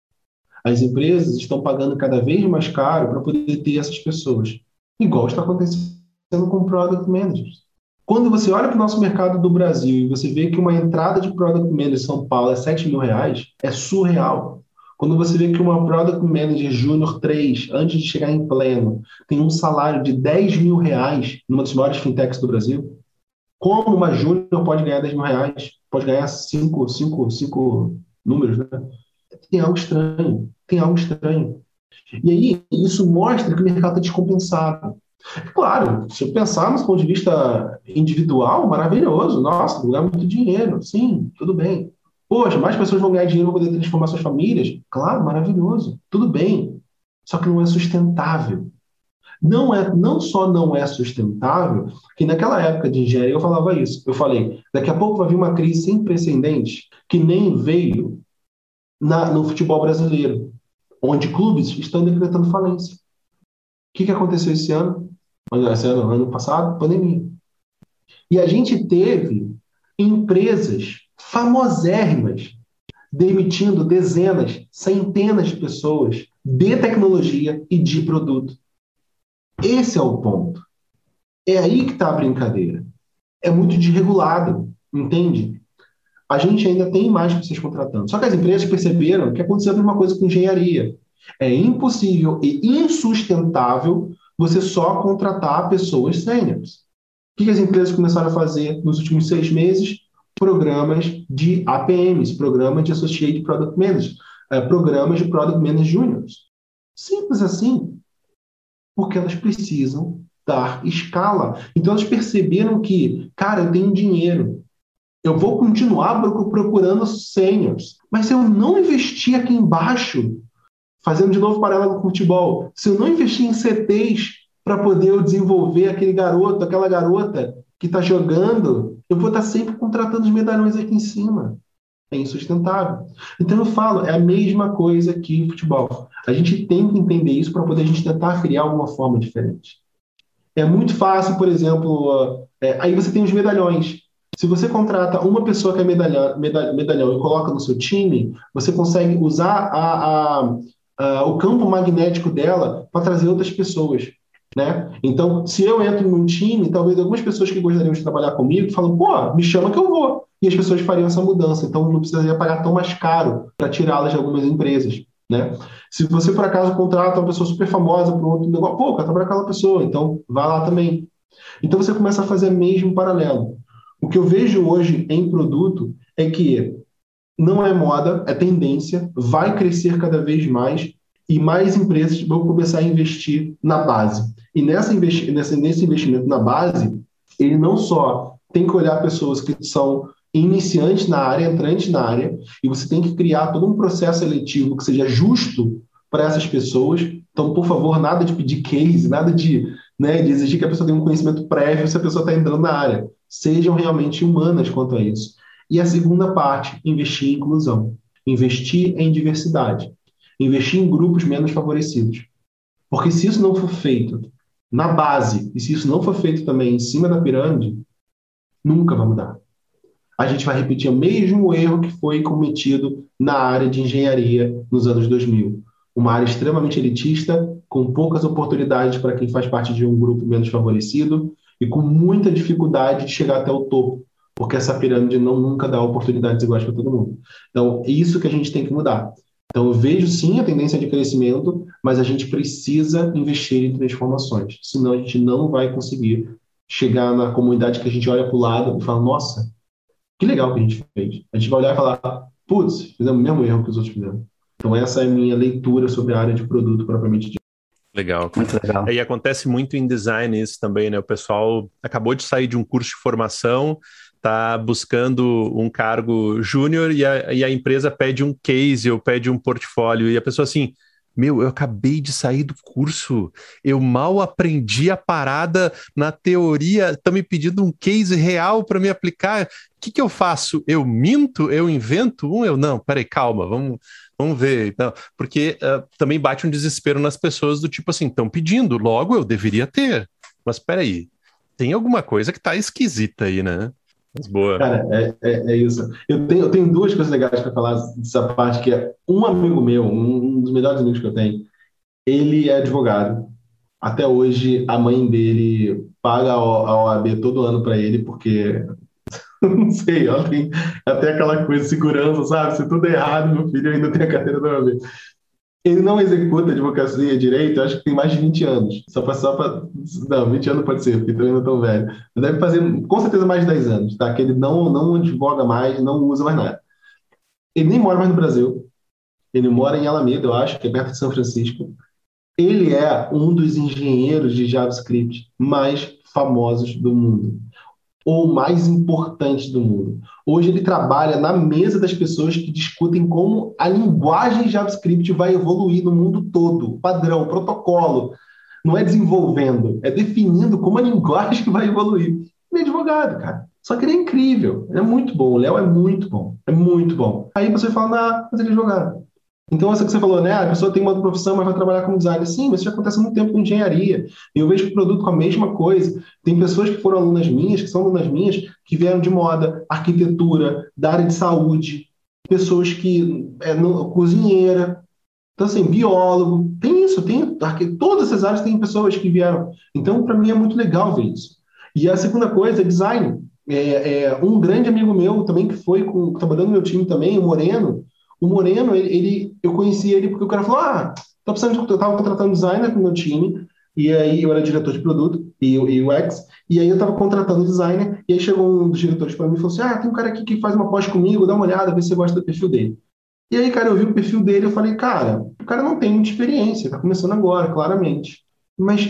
As empresas estão pagando cada vez mais caro para poder ter essas pessoas. Igual está acontecendo com Product Managers. Quando você olha para o nosso mercado do Brasil e você vê que uma entrada de Product Manager em São Paulo é sete mil reais, é surreal. Quando você vê que uma Product Manager Júnior três, antes de chegar em pleno, tem um salário de dez mil reais numa das maiores fintechs do Brasil, como uma Júnior pode ganhar dez mil reais? Pode ganhar cinco, cinco, cinco números, né? Tem algo estranho. Tem algo estranho. E aí, isso mostra que o mercado está descompensado. Claro, se eu pensar no ponto de vista individual, maravilhoso. Nossa, ganhar muito dinheiro. Sim, tudo bem. Poxa, mais pessoas vão ganhar dinheiro para poder transformar suas famílias. Claro, maravilhoso. Tudo bem. Só que não é sustentável. Não é, não só não é sustentável, que naquela época de engenharia eu falava isso. Eu falei, daqui a pouco vai vir uma crise sem precedentes que nem veio na, no futebol brasileiro, onde clubes estão decretando falência. O que, que aconteceu esse ano? Esse ano, ano passado, pandemia. E a gente teve empresas famosérrimas demitindo dezenas, centenas de pessoas de tecnologia e de produto. Esse é o ponto. É aí que está a brincadeira. É muito desregulado, entende? A gente ainda tem mais pessoas contratando. Só que as empresas perceberam que aconteceu a mesma coisa com engenharia. É impossível e insustentável você só contratar pessoas sêniores. O que as empresas começaram a fazer nos últimos seis meses? Programas de A P Ms, Programas de Associate Product Managers, eh, programas de Product Manager Juniors. Simples assim, porque elas precisam dar escala. Então elas perceberam que, cara, eu tenho dinheiro, eu vou continuar procurando sêniors, mas se eu não investir aqui embaixo, fazendo de novo paralelo com o futebol, se eu não investir em C Tês para poder eu desenvolver aquele garoto, aquela garota que está jogando, eu vou estar sempre contratando os medalhões aqui em cima. É insustentável. Então eu falo, é a mesma coisa que o futebol. A gente tem que entender isso para poder a gente tentar criar alguma forma diferente. É muito fácil, por exemplo, é, aí você tem os medalhões. Se você contrata uma pessoa que é medalhão, medalhão e coloca no seu time, você consegue usar a, a, a, o campo magnético dela para trazer outras pessoas. Né? Então, se eu entro num time, talvez algumas pessoas que gostariam de trabalhar comigo falam, pô, me chama que eu vou. E as pessoas fariam essa mudança. Então, não precisaria pagar tão mais caro para tirá-las de algumas empresas. Né? Se você, por acaso, contrata uma pessoa super famosa para um outro negócio, pô, quero trabalhar com aquela pessoa, então vai lá também. Então, você começa a fazer mesmo paralelo. O que eu vejo hoje em produto é que não é moda, é tendência, vai crescer cada vez mais e mais empresas vão começar a investir na base. E nessa investi- nessa, nesse investimento na base, ele não só tem que olhar pessoas que são iniciantes na área, entrantes na área, e você tem que criar todo um processo seletivo que seja justo para essas pessoas. Então, por favor, nada de pedir case, nada de, né, de exigir que a pessoa tenha um conhecimento prévio se a pessoa está entrando na área. Sejam realmente humanas quanto a isso. E a segunda parte, investir em inclusão, investir em diversidade, investir em grupos menos favorecidos. Porque se isso não for feito na base, e se isso não for feito também em cima da pirâmide, nunca vai mudar. A gente vai repetir o mesmo erro que foi cometido na área de engenharia nos anos dois mil. Uma área extremamente elitista, com poucas oportunidades para quem faz parte de um grupo menos favorecido e com muita dificuldade de chegar até o topo, porque essa pirâmide não nunca dá oportunidades iguais para todo mundo. Então, é isso que a gente tem que mudar. Então, eu vejo sim a tendência de crescimento, mas a gente precisa investir em transformações, senão a gente não vai conseguir chegar na comunidade que a gente olha para o lado e fala, nossa, que legal que a gente fez. A gente vai olhar e falar, putz, fizemos o mesmo erro que os outros fizeram. Então, essa é a minha leitura sobre a área de produto propriamente dita. Legal. Muito legal. É, e acontece muito em design isso também, né? O pessoal acabou de sair de um curso de formação, está buscando um cargo júnior e a, e a empresa pede um case ou pede um portfólio e a pessoa assim, meu, eu acabei de sair do curso, eu mal aprendi a parada na teoria, estão me pedindo um case real para me aplicar, o que, que eu faço? Eu minto? Eu invento um? Eu não, peraí, calma, vamos... Vamos ver, então, porque uh, também bate um desespero nas pessoas do tipo assim, estão pedindo, logo eu deveria ter. Mas peraí, tem alguma coisa que tá esquisita aí, né? Mas boa. Cara, é, é, é isso. Eu tenho, eu tenho duas coisas legais para falar dessa parte, que é um amigo meu, um, um dos melhores amigos que eu tenho, ele é advogado. Até hoje, a mãe dele paga a O A B todo ano para ele, porque não sei, ela tem até aquela coisa de segurança, sabe? Se tudo é errado, meu filho ainda tem a carteira da O A B. Ele não executa advocacia e direito, eu acho que tem mais de vinte anos. Só para. Só pra... Não, vinte anos pode ser, porque também não é tão velho. Mas deve fazer, com certeza, mais de dez anos, tá? Que ele não, não advoga mais, não usa mais nada. Ele nem mora mais no Brasil. Ele mora em Alameda, eu acho, que é perto de São Francisco. Ele é um dos engenheiros de JavaScript mais famosos do mundo, ou mais importantes do mundo. Hoje ele trabalha na mesa das pessoas que discutem como a linguagem JavaScript vai evoluir no mundo todo, padrão, protocolo. Não é desenvolvendo, é definindo como a linguagem vai evoluir. Ele é advogado, cara. Só que ele é incrível, ele é muito bom, o Léo é muito bom, é muito bom. Aí você fala, ah, mas ele é advogado. Então, essa que você falou, né? A pessoa tem uma profissão, mas vai trabalhar como designer. Sim, mas isso já acontece há muito tempo com engenharia. Eu vejo o produto com a mesma coisa. Tem pessoas que foram alunas minhas, que são alunas minhas, que vieram de moda, arquitetura, da área de saúde, pessoas que... É, não, cozinheira, então, assim, biólogo. Tem isso, tem... Todas essas áreas têm pessoas que vieram. Então, para mim, é muito legal ver isso. E a segunda coisa é design. É, é, um grande amigo meu também, que foi com, trabalhando no meu time também, o Moreno. O Moreno, ele, ele, eu conheci ele porque o cara falou, ah, tô precisando de, eu estava contratando designer com o meu time, e aí eu era diretor de produto e U X, e aí eu estava contratando designer, e aí chegou um dos diretores para mim e falou assim, ah, tem um cara aqui que faz uma pós comigo, dá uma olhada, vê se você gosta do perfil dele. E aí, cara, eu vi o perfil dele, eu falei, cara, o cara não tem muita experiência, tá começando agora, claramente. Mas,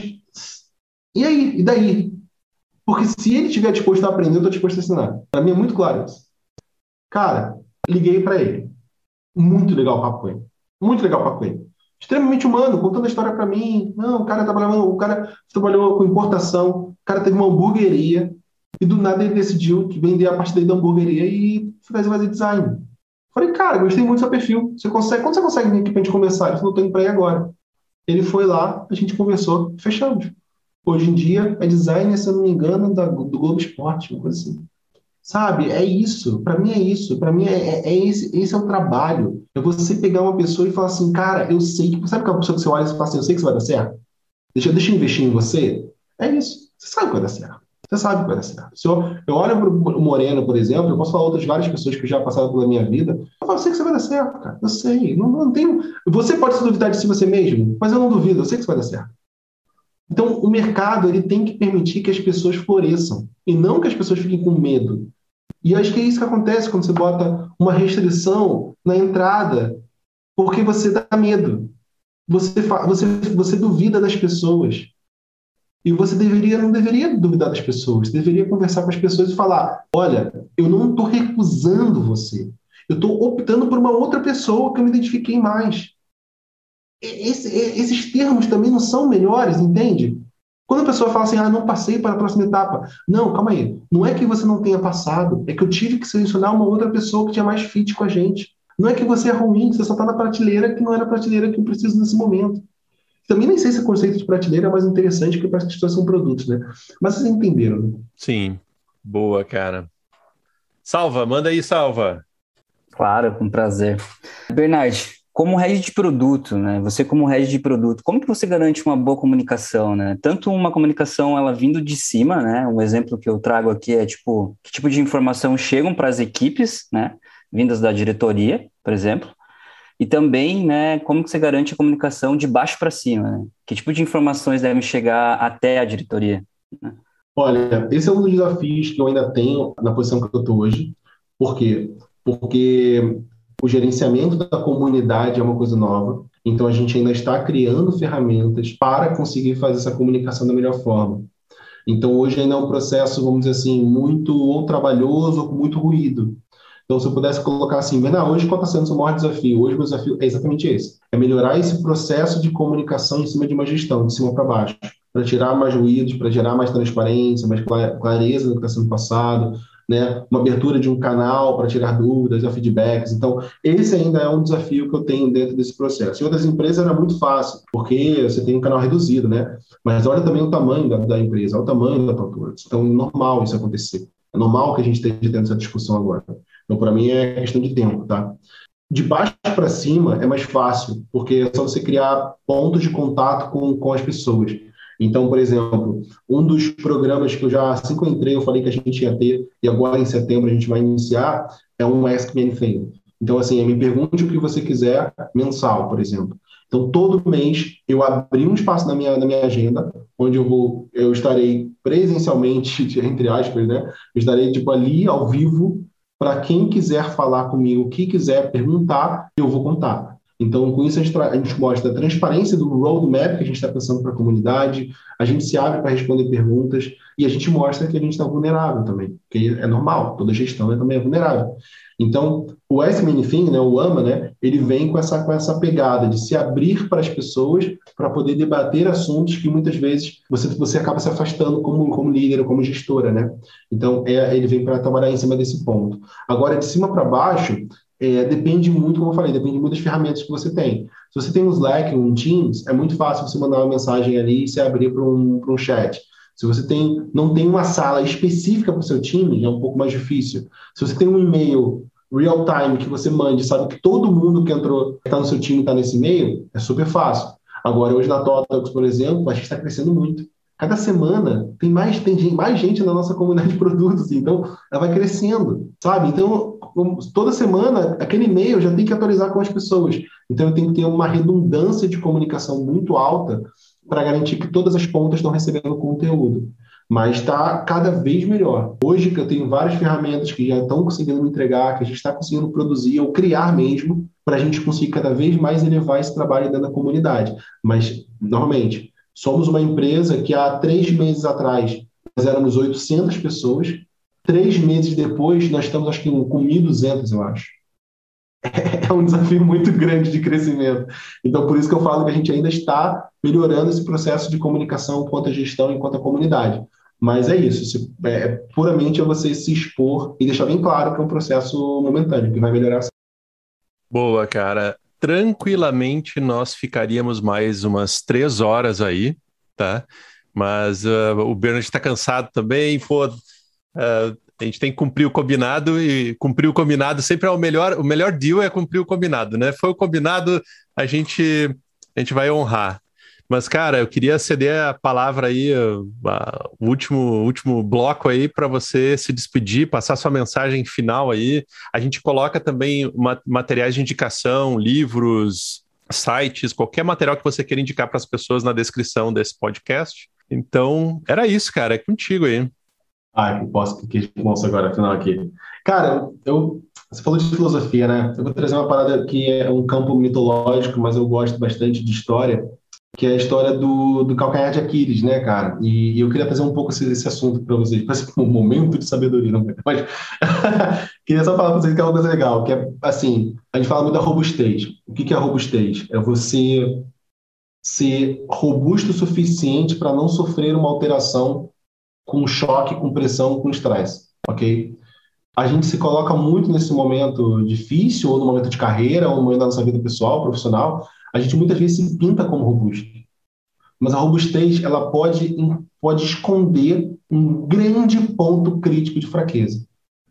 e aí? E daí? Porque se ele estiver disposto a aprender, eu tô disposto a ensinar. Para mim é muito claro isso. Cara, liguei para ele. Muito legal o papo com ele. Muito legal o papo com ele. Extremamente humano, contando a história para mim. Não, o cara trabalhava, o cara trabalhou com importação, o cara teve uma hamburgueria e do nada ele decidiu vender a parte dele da hamburgueria e fazer, fazer design. Falei, cara, gostei muito do seu perfil. Você consegue, quando você consegue vir aqui pra gente conversar? Ele falou, tô indo pra aí agora. Ele foi lá, a gente conversou, fechamos. Hoje em dia é designer, se eu não me engano, da, do Globo Esporte, uma coisa assim. Sabe, é isso, para mim é isso, para mim é, é, é esse, esse é o trabalho. É você pegar uma pessoa e falar assim, cara, eu sei que. Sabe aquela pessoa que você olha e fala assim, eu sei que isso vai dar certo? Deixa, deixa eu investir em você. É isso, você sabe que vai dar certo. Você sabe que vai dar certo. Se eu, eu olho para o Moreno, por exemplo, eu posso falar outras várias pessoas que já passaram pela minha vida, eu falo, eu sei que você vai dar certo, cara, eu sei. Não, não tenho... Você pode se duvidar de si você mesmo, mas eu não duvido, eu sei que isso vai dar certo. Então, o mercado ele tem que permitir que as pessoas floresçam e não que as pessoas fiquem com medo. E acho que é isso que acontece quando você bota uma restrição na entrada, porque você dá medo. Você, fa- você, você duvida das pessoas. E você deveria, não deveria duvidar das pessoas, deveria conversar com as pessoas e falar: olha, eu não estou recusando você, eu estou optando por uma outra pessoa que eu me identifiquei mais. Esse- esses termos também não são melhores, entende? Quando a pessoa fala assim, ah, não passei para a próxima etapa. Não, calma aí. Não é que você não tenha passado, é que eu tive que selecionar uma outra pessoa que tinha mais fit com a gente. Não é que você é ruim, você só está na prateleira que não era a prateleira que eu preciso nesse momento. Também nem sei se o conceito de prateleira é mais interessante, porque parece que as pessoas são produtos, né? Mas vocês entenderam, né? Sim, boa, cara. Salva, manda aí, Salva. Claro, com prazer. Bernard, como head de produto, né? Você como head de produto, como que você garante uma boa comunicação, né? Tanto uma comunicação ela vindo de cima, né? Um exemplo que eu trago aqui é tipo, que tipo de informação chegam para as equipes, né? Vindas da diretoria, por exemplo. E também, né, como que você garante a comunicação de baixo para cima, né? Que tipo de informações devem chegar até a diretoria, né? Olha, esse é um dos desafios que eu ainda tenho na posição que eu estou hoje. Por quê? Porque o gerenciamento da comunidade é uma coisa nova, então a gente ainda está criando ferramentas para conseguir fazer essa comunicação da melhor forma. Então hoje ainda é um processo, vamos dizer assim, muito ou trabalhoso ou com muito ruído. Então, se eu pudesse colocar assim, Bernardo, hoje qual está sendo o seu maior desafio? Hoje o meu desafio é exatamente esse: é melhorar esse processo de comunicação em cima de uma gestão, de cima para baixo, para tirar mais ruídos, para gerar mais transparência, mais clareza no que está sendo passado, né? Uma abertura de um canal para tirar dúvidas, feedbacks. Então, esse ainda é um desafio que eu tenho dentro desse processo. Em outras empresas era muito fácil, porque você tem um canal reduzido, né? Mas olha também o tamanho da, da empresa, olha o tamanho da tua. Então, é normal isso acontecer. É normal que a gente esteja tendo essa discussão agora. Então, para mim, é questão de tempo, tá? De baixo para cima é mais fácil, porque é só você criar pontos de contato com, com as pessoas. Então, por exemplo, um dos programas que eu já, assim que eu entrei, eu falei que a gente ia ter, e agora em setembro a gente vai iniciar, é um Ask Me Anything. Então, assim, é me pergunte o que você quiser, mensal, por exemplo. Então, todo mês eu abri um espaço na minha, na minha agenda, onde eu vou, eu estarei presencialmente, entre aspas, né? Eu estarei, tipo, ali, ao vivo, para quem quiser falar comigo, o que quiser perguntar, eu vou contar. Então, com isso, a gente, a gente mostra a transparência do roadmap que a gente está pensando para a comunidade, a gente se abre para responder perguntas e a gente mostra que a gente está vulnerável também, que é normal, toda gestão é também é vulnerável. Então, o Ask Me Anything, né, o AMA, né, ele vem com essa, com essa pegada de se abrir para as pessoas para poder debater assuntos que muitas vezes você, você acaba se afastando como, como líder ou como gestora, né? Então, é, ele vem para trabalhar em cima desse ponto. Agora, de cima para baixo, é, depende muito, como eu falei, depende muito das ferramentas que você tem. Se você tem um Slack, um Teams, é muito fácil você mandar uma mensagem ali e se abrir para um, para um chat. Se você tem, não tem uma sala específica para o seu time, é um pouco mais difícil. Se você tem um e-mail real time que você mande, sabe que todo mundo que entrou, que está no seu time está nesse e-mail, é super fácil. Agora, hoje na Totalx, por exemplo, a gente está crescendo muito. Cada semana tem mais, tem gente, mais gente na nossa comunidade de produtos, então ela vai crescendo, sabe? Então, toda semana, aquele e-mail já tem que atualizar com as pessoas. Então, eu tenho que ter uma redundância de comunicação muito alta para garantir que todas as pontas estão recebendo conteúdo. Mas está cada vez melhor. Hoje, que eu tenho várias ferramentas que já estão conseguindo me entregar, que a gente está conseguindo produzir ou criar mesmo, para a gente conseguir cada vez mais elevar esse trabalho dentro da comunidade. Mas, normalmente, somos uma empresa que há três meses atrás nós éramos oitocentas pessoas, três meses depois nós estamos acho que com mil e duzentos, eu acho. É um desafio muito grande de crescimento. Então, por isso que eu falo que a gente ainda está melhorando esse processo de comunicação quanto à gestão e quanto à comunidade. Mas é isso, se, é, puramente é você se expor e deixar bem claro que é um processo momentâneo, que vai melhorar. Boa, cara. Tranquilamente nós ficaríamos mais umas três horas aí, tá? Mas uh, o Bernard está cansado também, pô, uh, a gente tem que cumprir o combinado e cumprir o combinado sempre é o melhor, o melhor deal é cumprir o combinado, né? Foi o combinado, a gente, a gente vai honrar. Mas, cara, eu queria ceder a palavra aí, uh, uh, o último, último bloco aí para você se despedir, passar sua mensagem final aí. A gente coloca também ma- materiais de indicação, livros, sites, qualquer material que você queira indicar para as pessoas na descrição desse podcast. Então, era isso, cara, é contigo aí. Ah, que posso, que responsa agora, afinal aqui. Cara, eu, você falou de filosofia, né? Eu vou trazer uma parada que é um campo mitológico, mas eu gosto bastante de história, que é a história do, do calcanhar de Aquiles, né, cara? E, e eu queria trazer um pouco esse, esse assunto para vocês, parece um momento de sabedoria, não é? Mas queria só falar para vocês que é uma coisa legal, que é, assim, a gente fala muito da robustez. O que que é a robustez? É você ser robusto o suficiente para não sofrer uma alteração com choque, com pressão, com estresse, ok? A gente se coloca muito nesse momento difícil, ou no momento de carreira, ou no momento da nossa vida pessoal, profissional, a gente muitas vezes se pinta como robusto. Mas a robustez, ela pode, pode esconder um grande ponto crítico de fraqueza.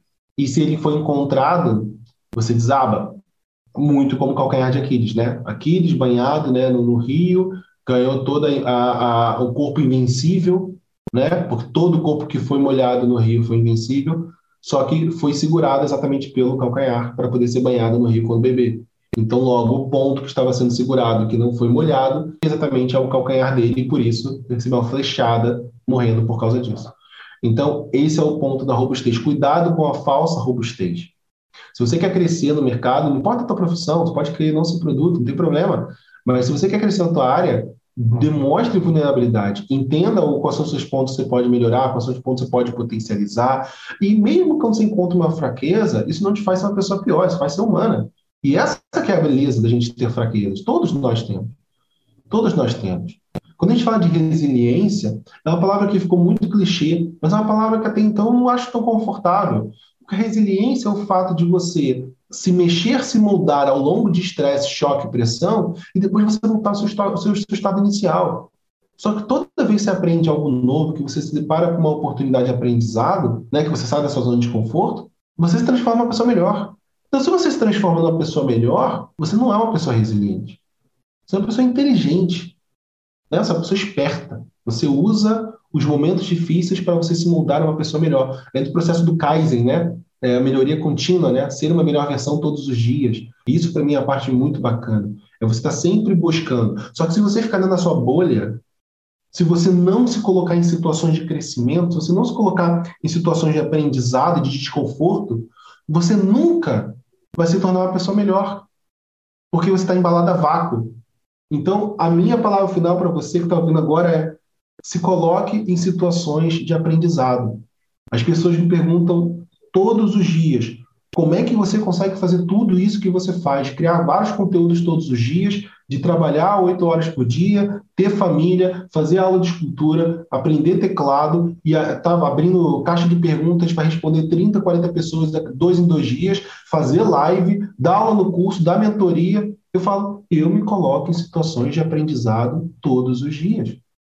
E se ele for encontrado, você desaba. Muito como o calcanhar de Aquiles, né? Aquiles banhado, né, no, no rio, ganhou todo a, a, o corpo invencível, né? Porque todo o corpo que foi molhado no rio foi invencível, só que foi segurado exatamente pelo calcanhar para poder ser banhado no rio quando bebê. Então, logo, o ponto que estava sendo segurado, que não foi molhado, exatamente é o calcanhar dele, e por isso recebeu uma flechada morrendo por causa disso. Então, esse é o ponto da robustez. Cuidado com a falsa robustez. Se você quer crescer no mercado, não importa a tua profissão, você pode criar nosso produto, não tem problema. Mas se você quer crescer na tua área, demonstre vulnerabilidade. Entenda quais são os seus pontos que você pode melhorar, quais são os pontos que você pode potencializar. E mesmo quando você encontra uma fraqueza, isso não te faz ser uma pessoa pior, isso faz ser humana. E essa que é a beleza da gente ter fraquezas. Todos nós temos. Todos nós temos. Quando a gente fala de resiliência, é uma palavra que ficou muito clichê, mas é uma palavra que até então eu não acho tão confortável. Porque resiliência é o fato de você se mexer, se moldar ao longo de estresse, choque e pressão, e depois você voltar ao seu estado, ao seu, seu estado inicial. Só que toda vez que você aprende algo novo, que você se depara com uma oportunidade de aprendizado, né, que você sai da sua zona de conforto, você se transforma em uma pessoa melhor. Então, se você se transforma numa pessoa melhor, você não é uma pessoa resiliente. Você é uma pessoa inteligente. Né? Você é uma pessoa esperta. Você usa os momentos difíceis para você se moldar a uma pessoa melhor. É do processo do Kaizen, né? É a melhoria contínua, né? Ser uma melhor versão todos os dias. Isso, para mim, é a parte muito bacana. É você estar sempre buscando. Só que se você ficar dentro da sua bolha, se você não se colocar em situações de crescimento, se você não se colocar em situações de aprendizado e de desconforto, você nunca vai se tornar uma pessoa melhor. Porque você está embalado a vácuo. Então, a minha palavra final para você que está ouvindo agora é: se coloque em situações de aprendizado. As pessoas me perguntam todos os dias: como é que você consegue fazer tudo isso que você faz? Criar vários conteúdos todos os dias, de trabalhar oito horas por dia, ter família, fazer aula de escultura, aprender teclado e estar abrindo caixa de perguntas para responder trinta, quarenta pessoas dois em dois dias, fazer live, dar aula no curso, dar mentoria. Eu falo, eu me coloco em situações de aprendizado todos os dias.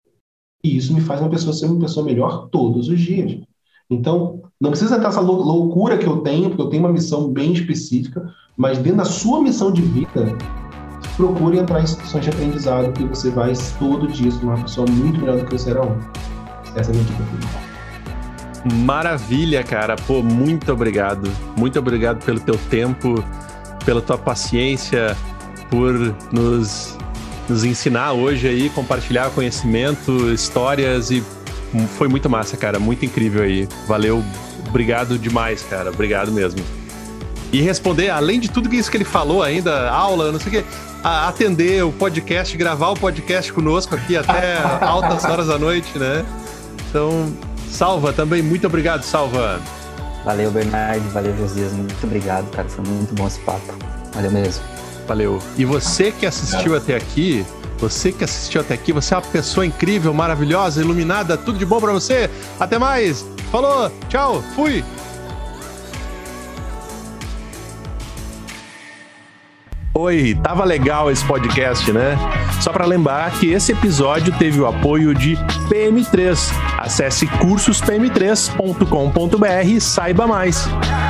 E isso me faz uma pessoa ser uma pessoa melhor todos os dias. Então, não precisa ter essa lou- loucura que eu tenho, porque eu tenho uma missão bem específica, mas dentro da sua missão de vida, procure entrar em situações de aprendizado, que você vai todo dia ser uma pessoa muito melhor do que você era ontem. Essa é a minha dica. Maravilha, cara. Pô, muito obrigado. Muito obrigado pelo teu tempo, pela tua paciência, por nos, nos ensinar hoje aí, compartilhar conhecimento, histórias, e foi muito massa, cara. Muito incrível aí. Valeu. Obrigado demais, cara. Obrigado mesmo. E responder, além de tudo isso que ele falou ainda, aula, não sei o quê, a atender o podcast, gravar o podcast conosco aqui até altas horas da noite, né? Então, Salva também, muito obrigado, Salva. Valeu, Bernardo, valeu, Josias, muito obrigado, cara, foi muito bom esse papo. Valeu mesmo. Valeu. E você que assistiu até aqui, você que assistiu até aqui, você é uma pessoa incrível, maravilhosa, iluminada, tudo de bom pra você. Até mais. Falou, tchau, fui. Oi, tava legal esse podcast, né? Só para lembrar que esse episódio teve o apoio de P M três. Acesse cursos p m três ponto com ponto b r e saiba mais.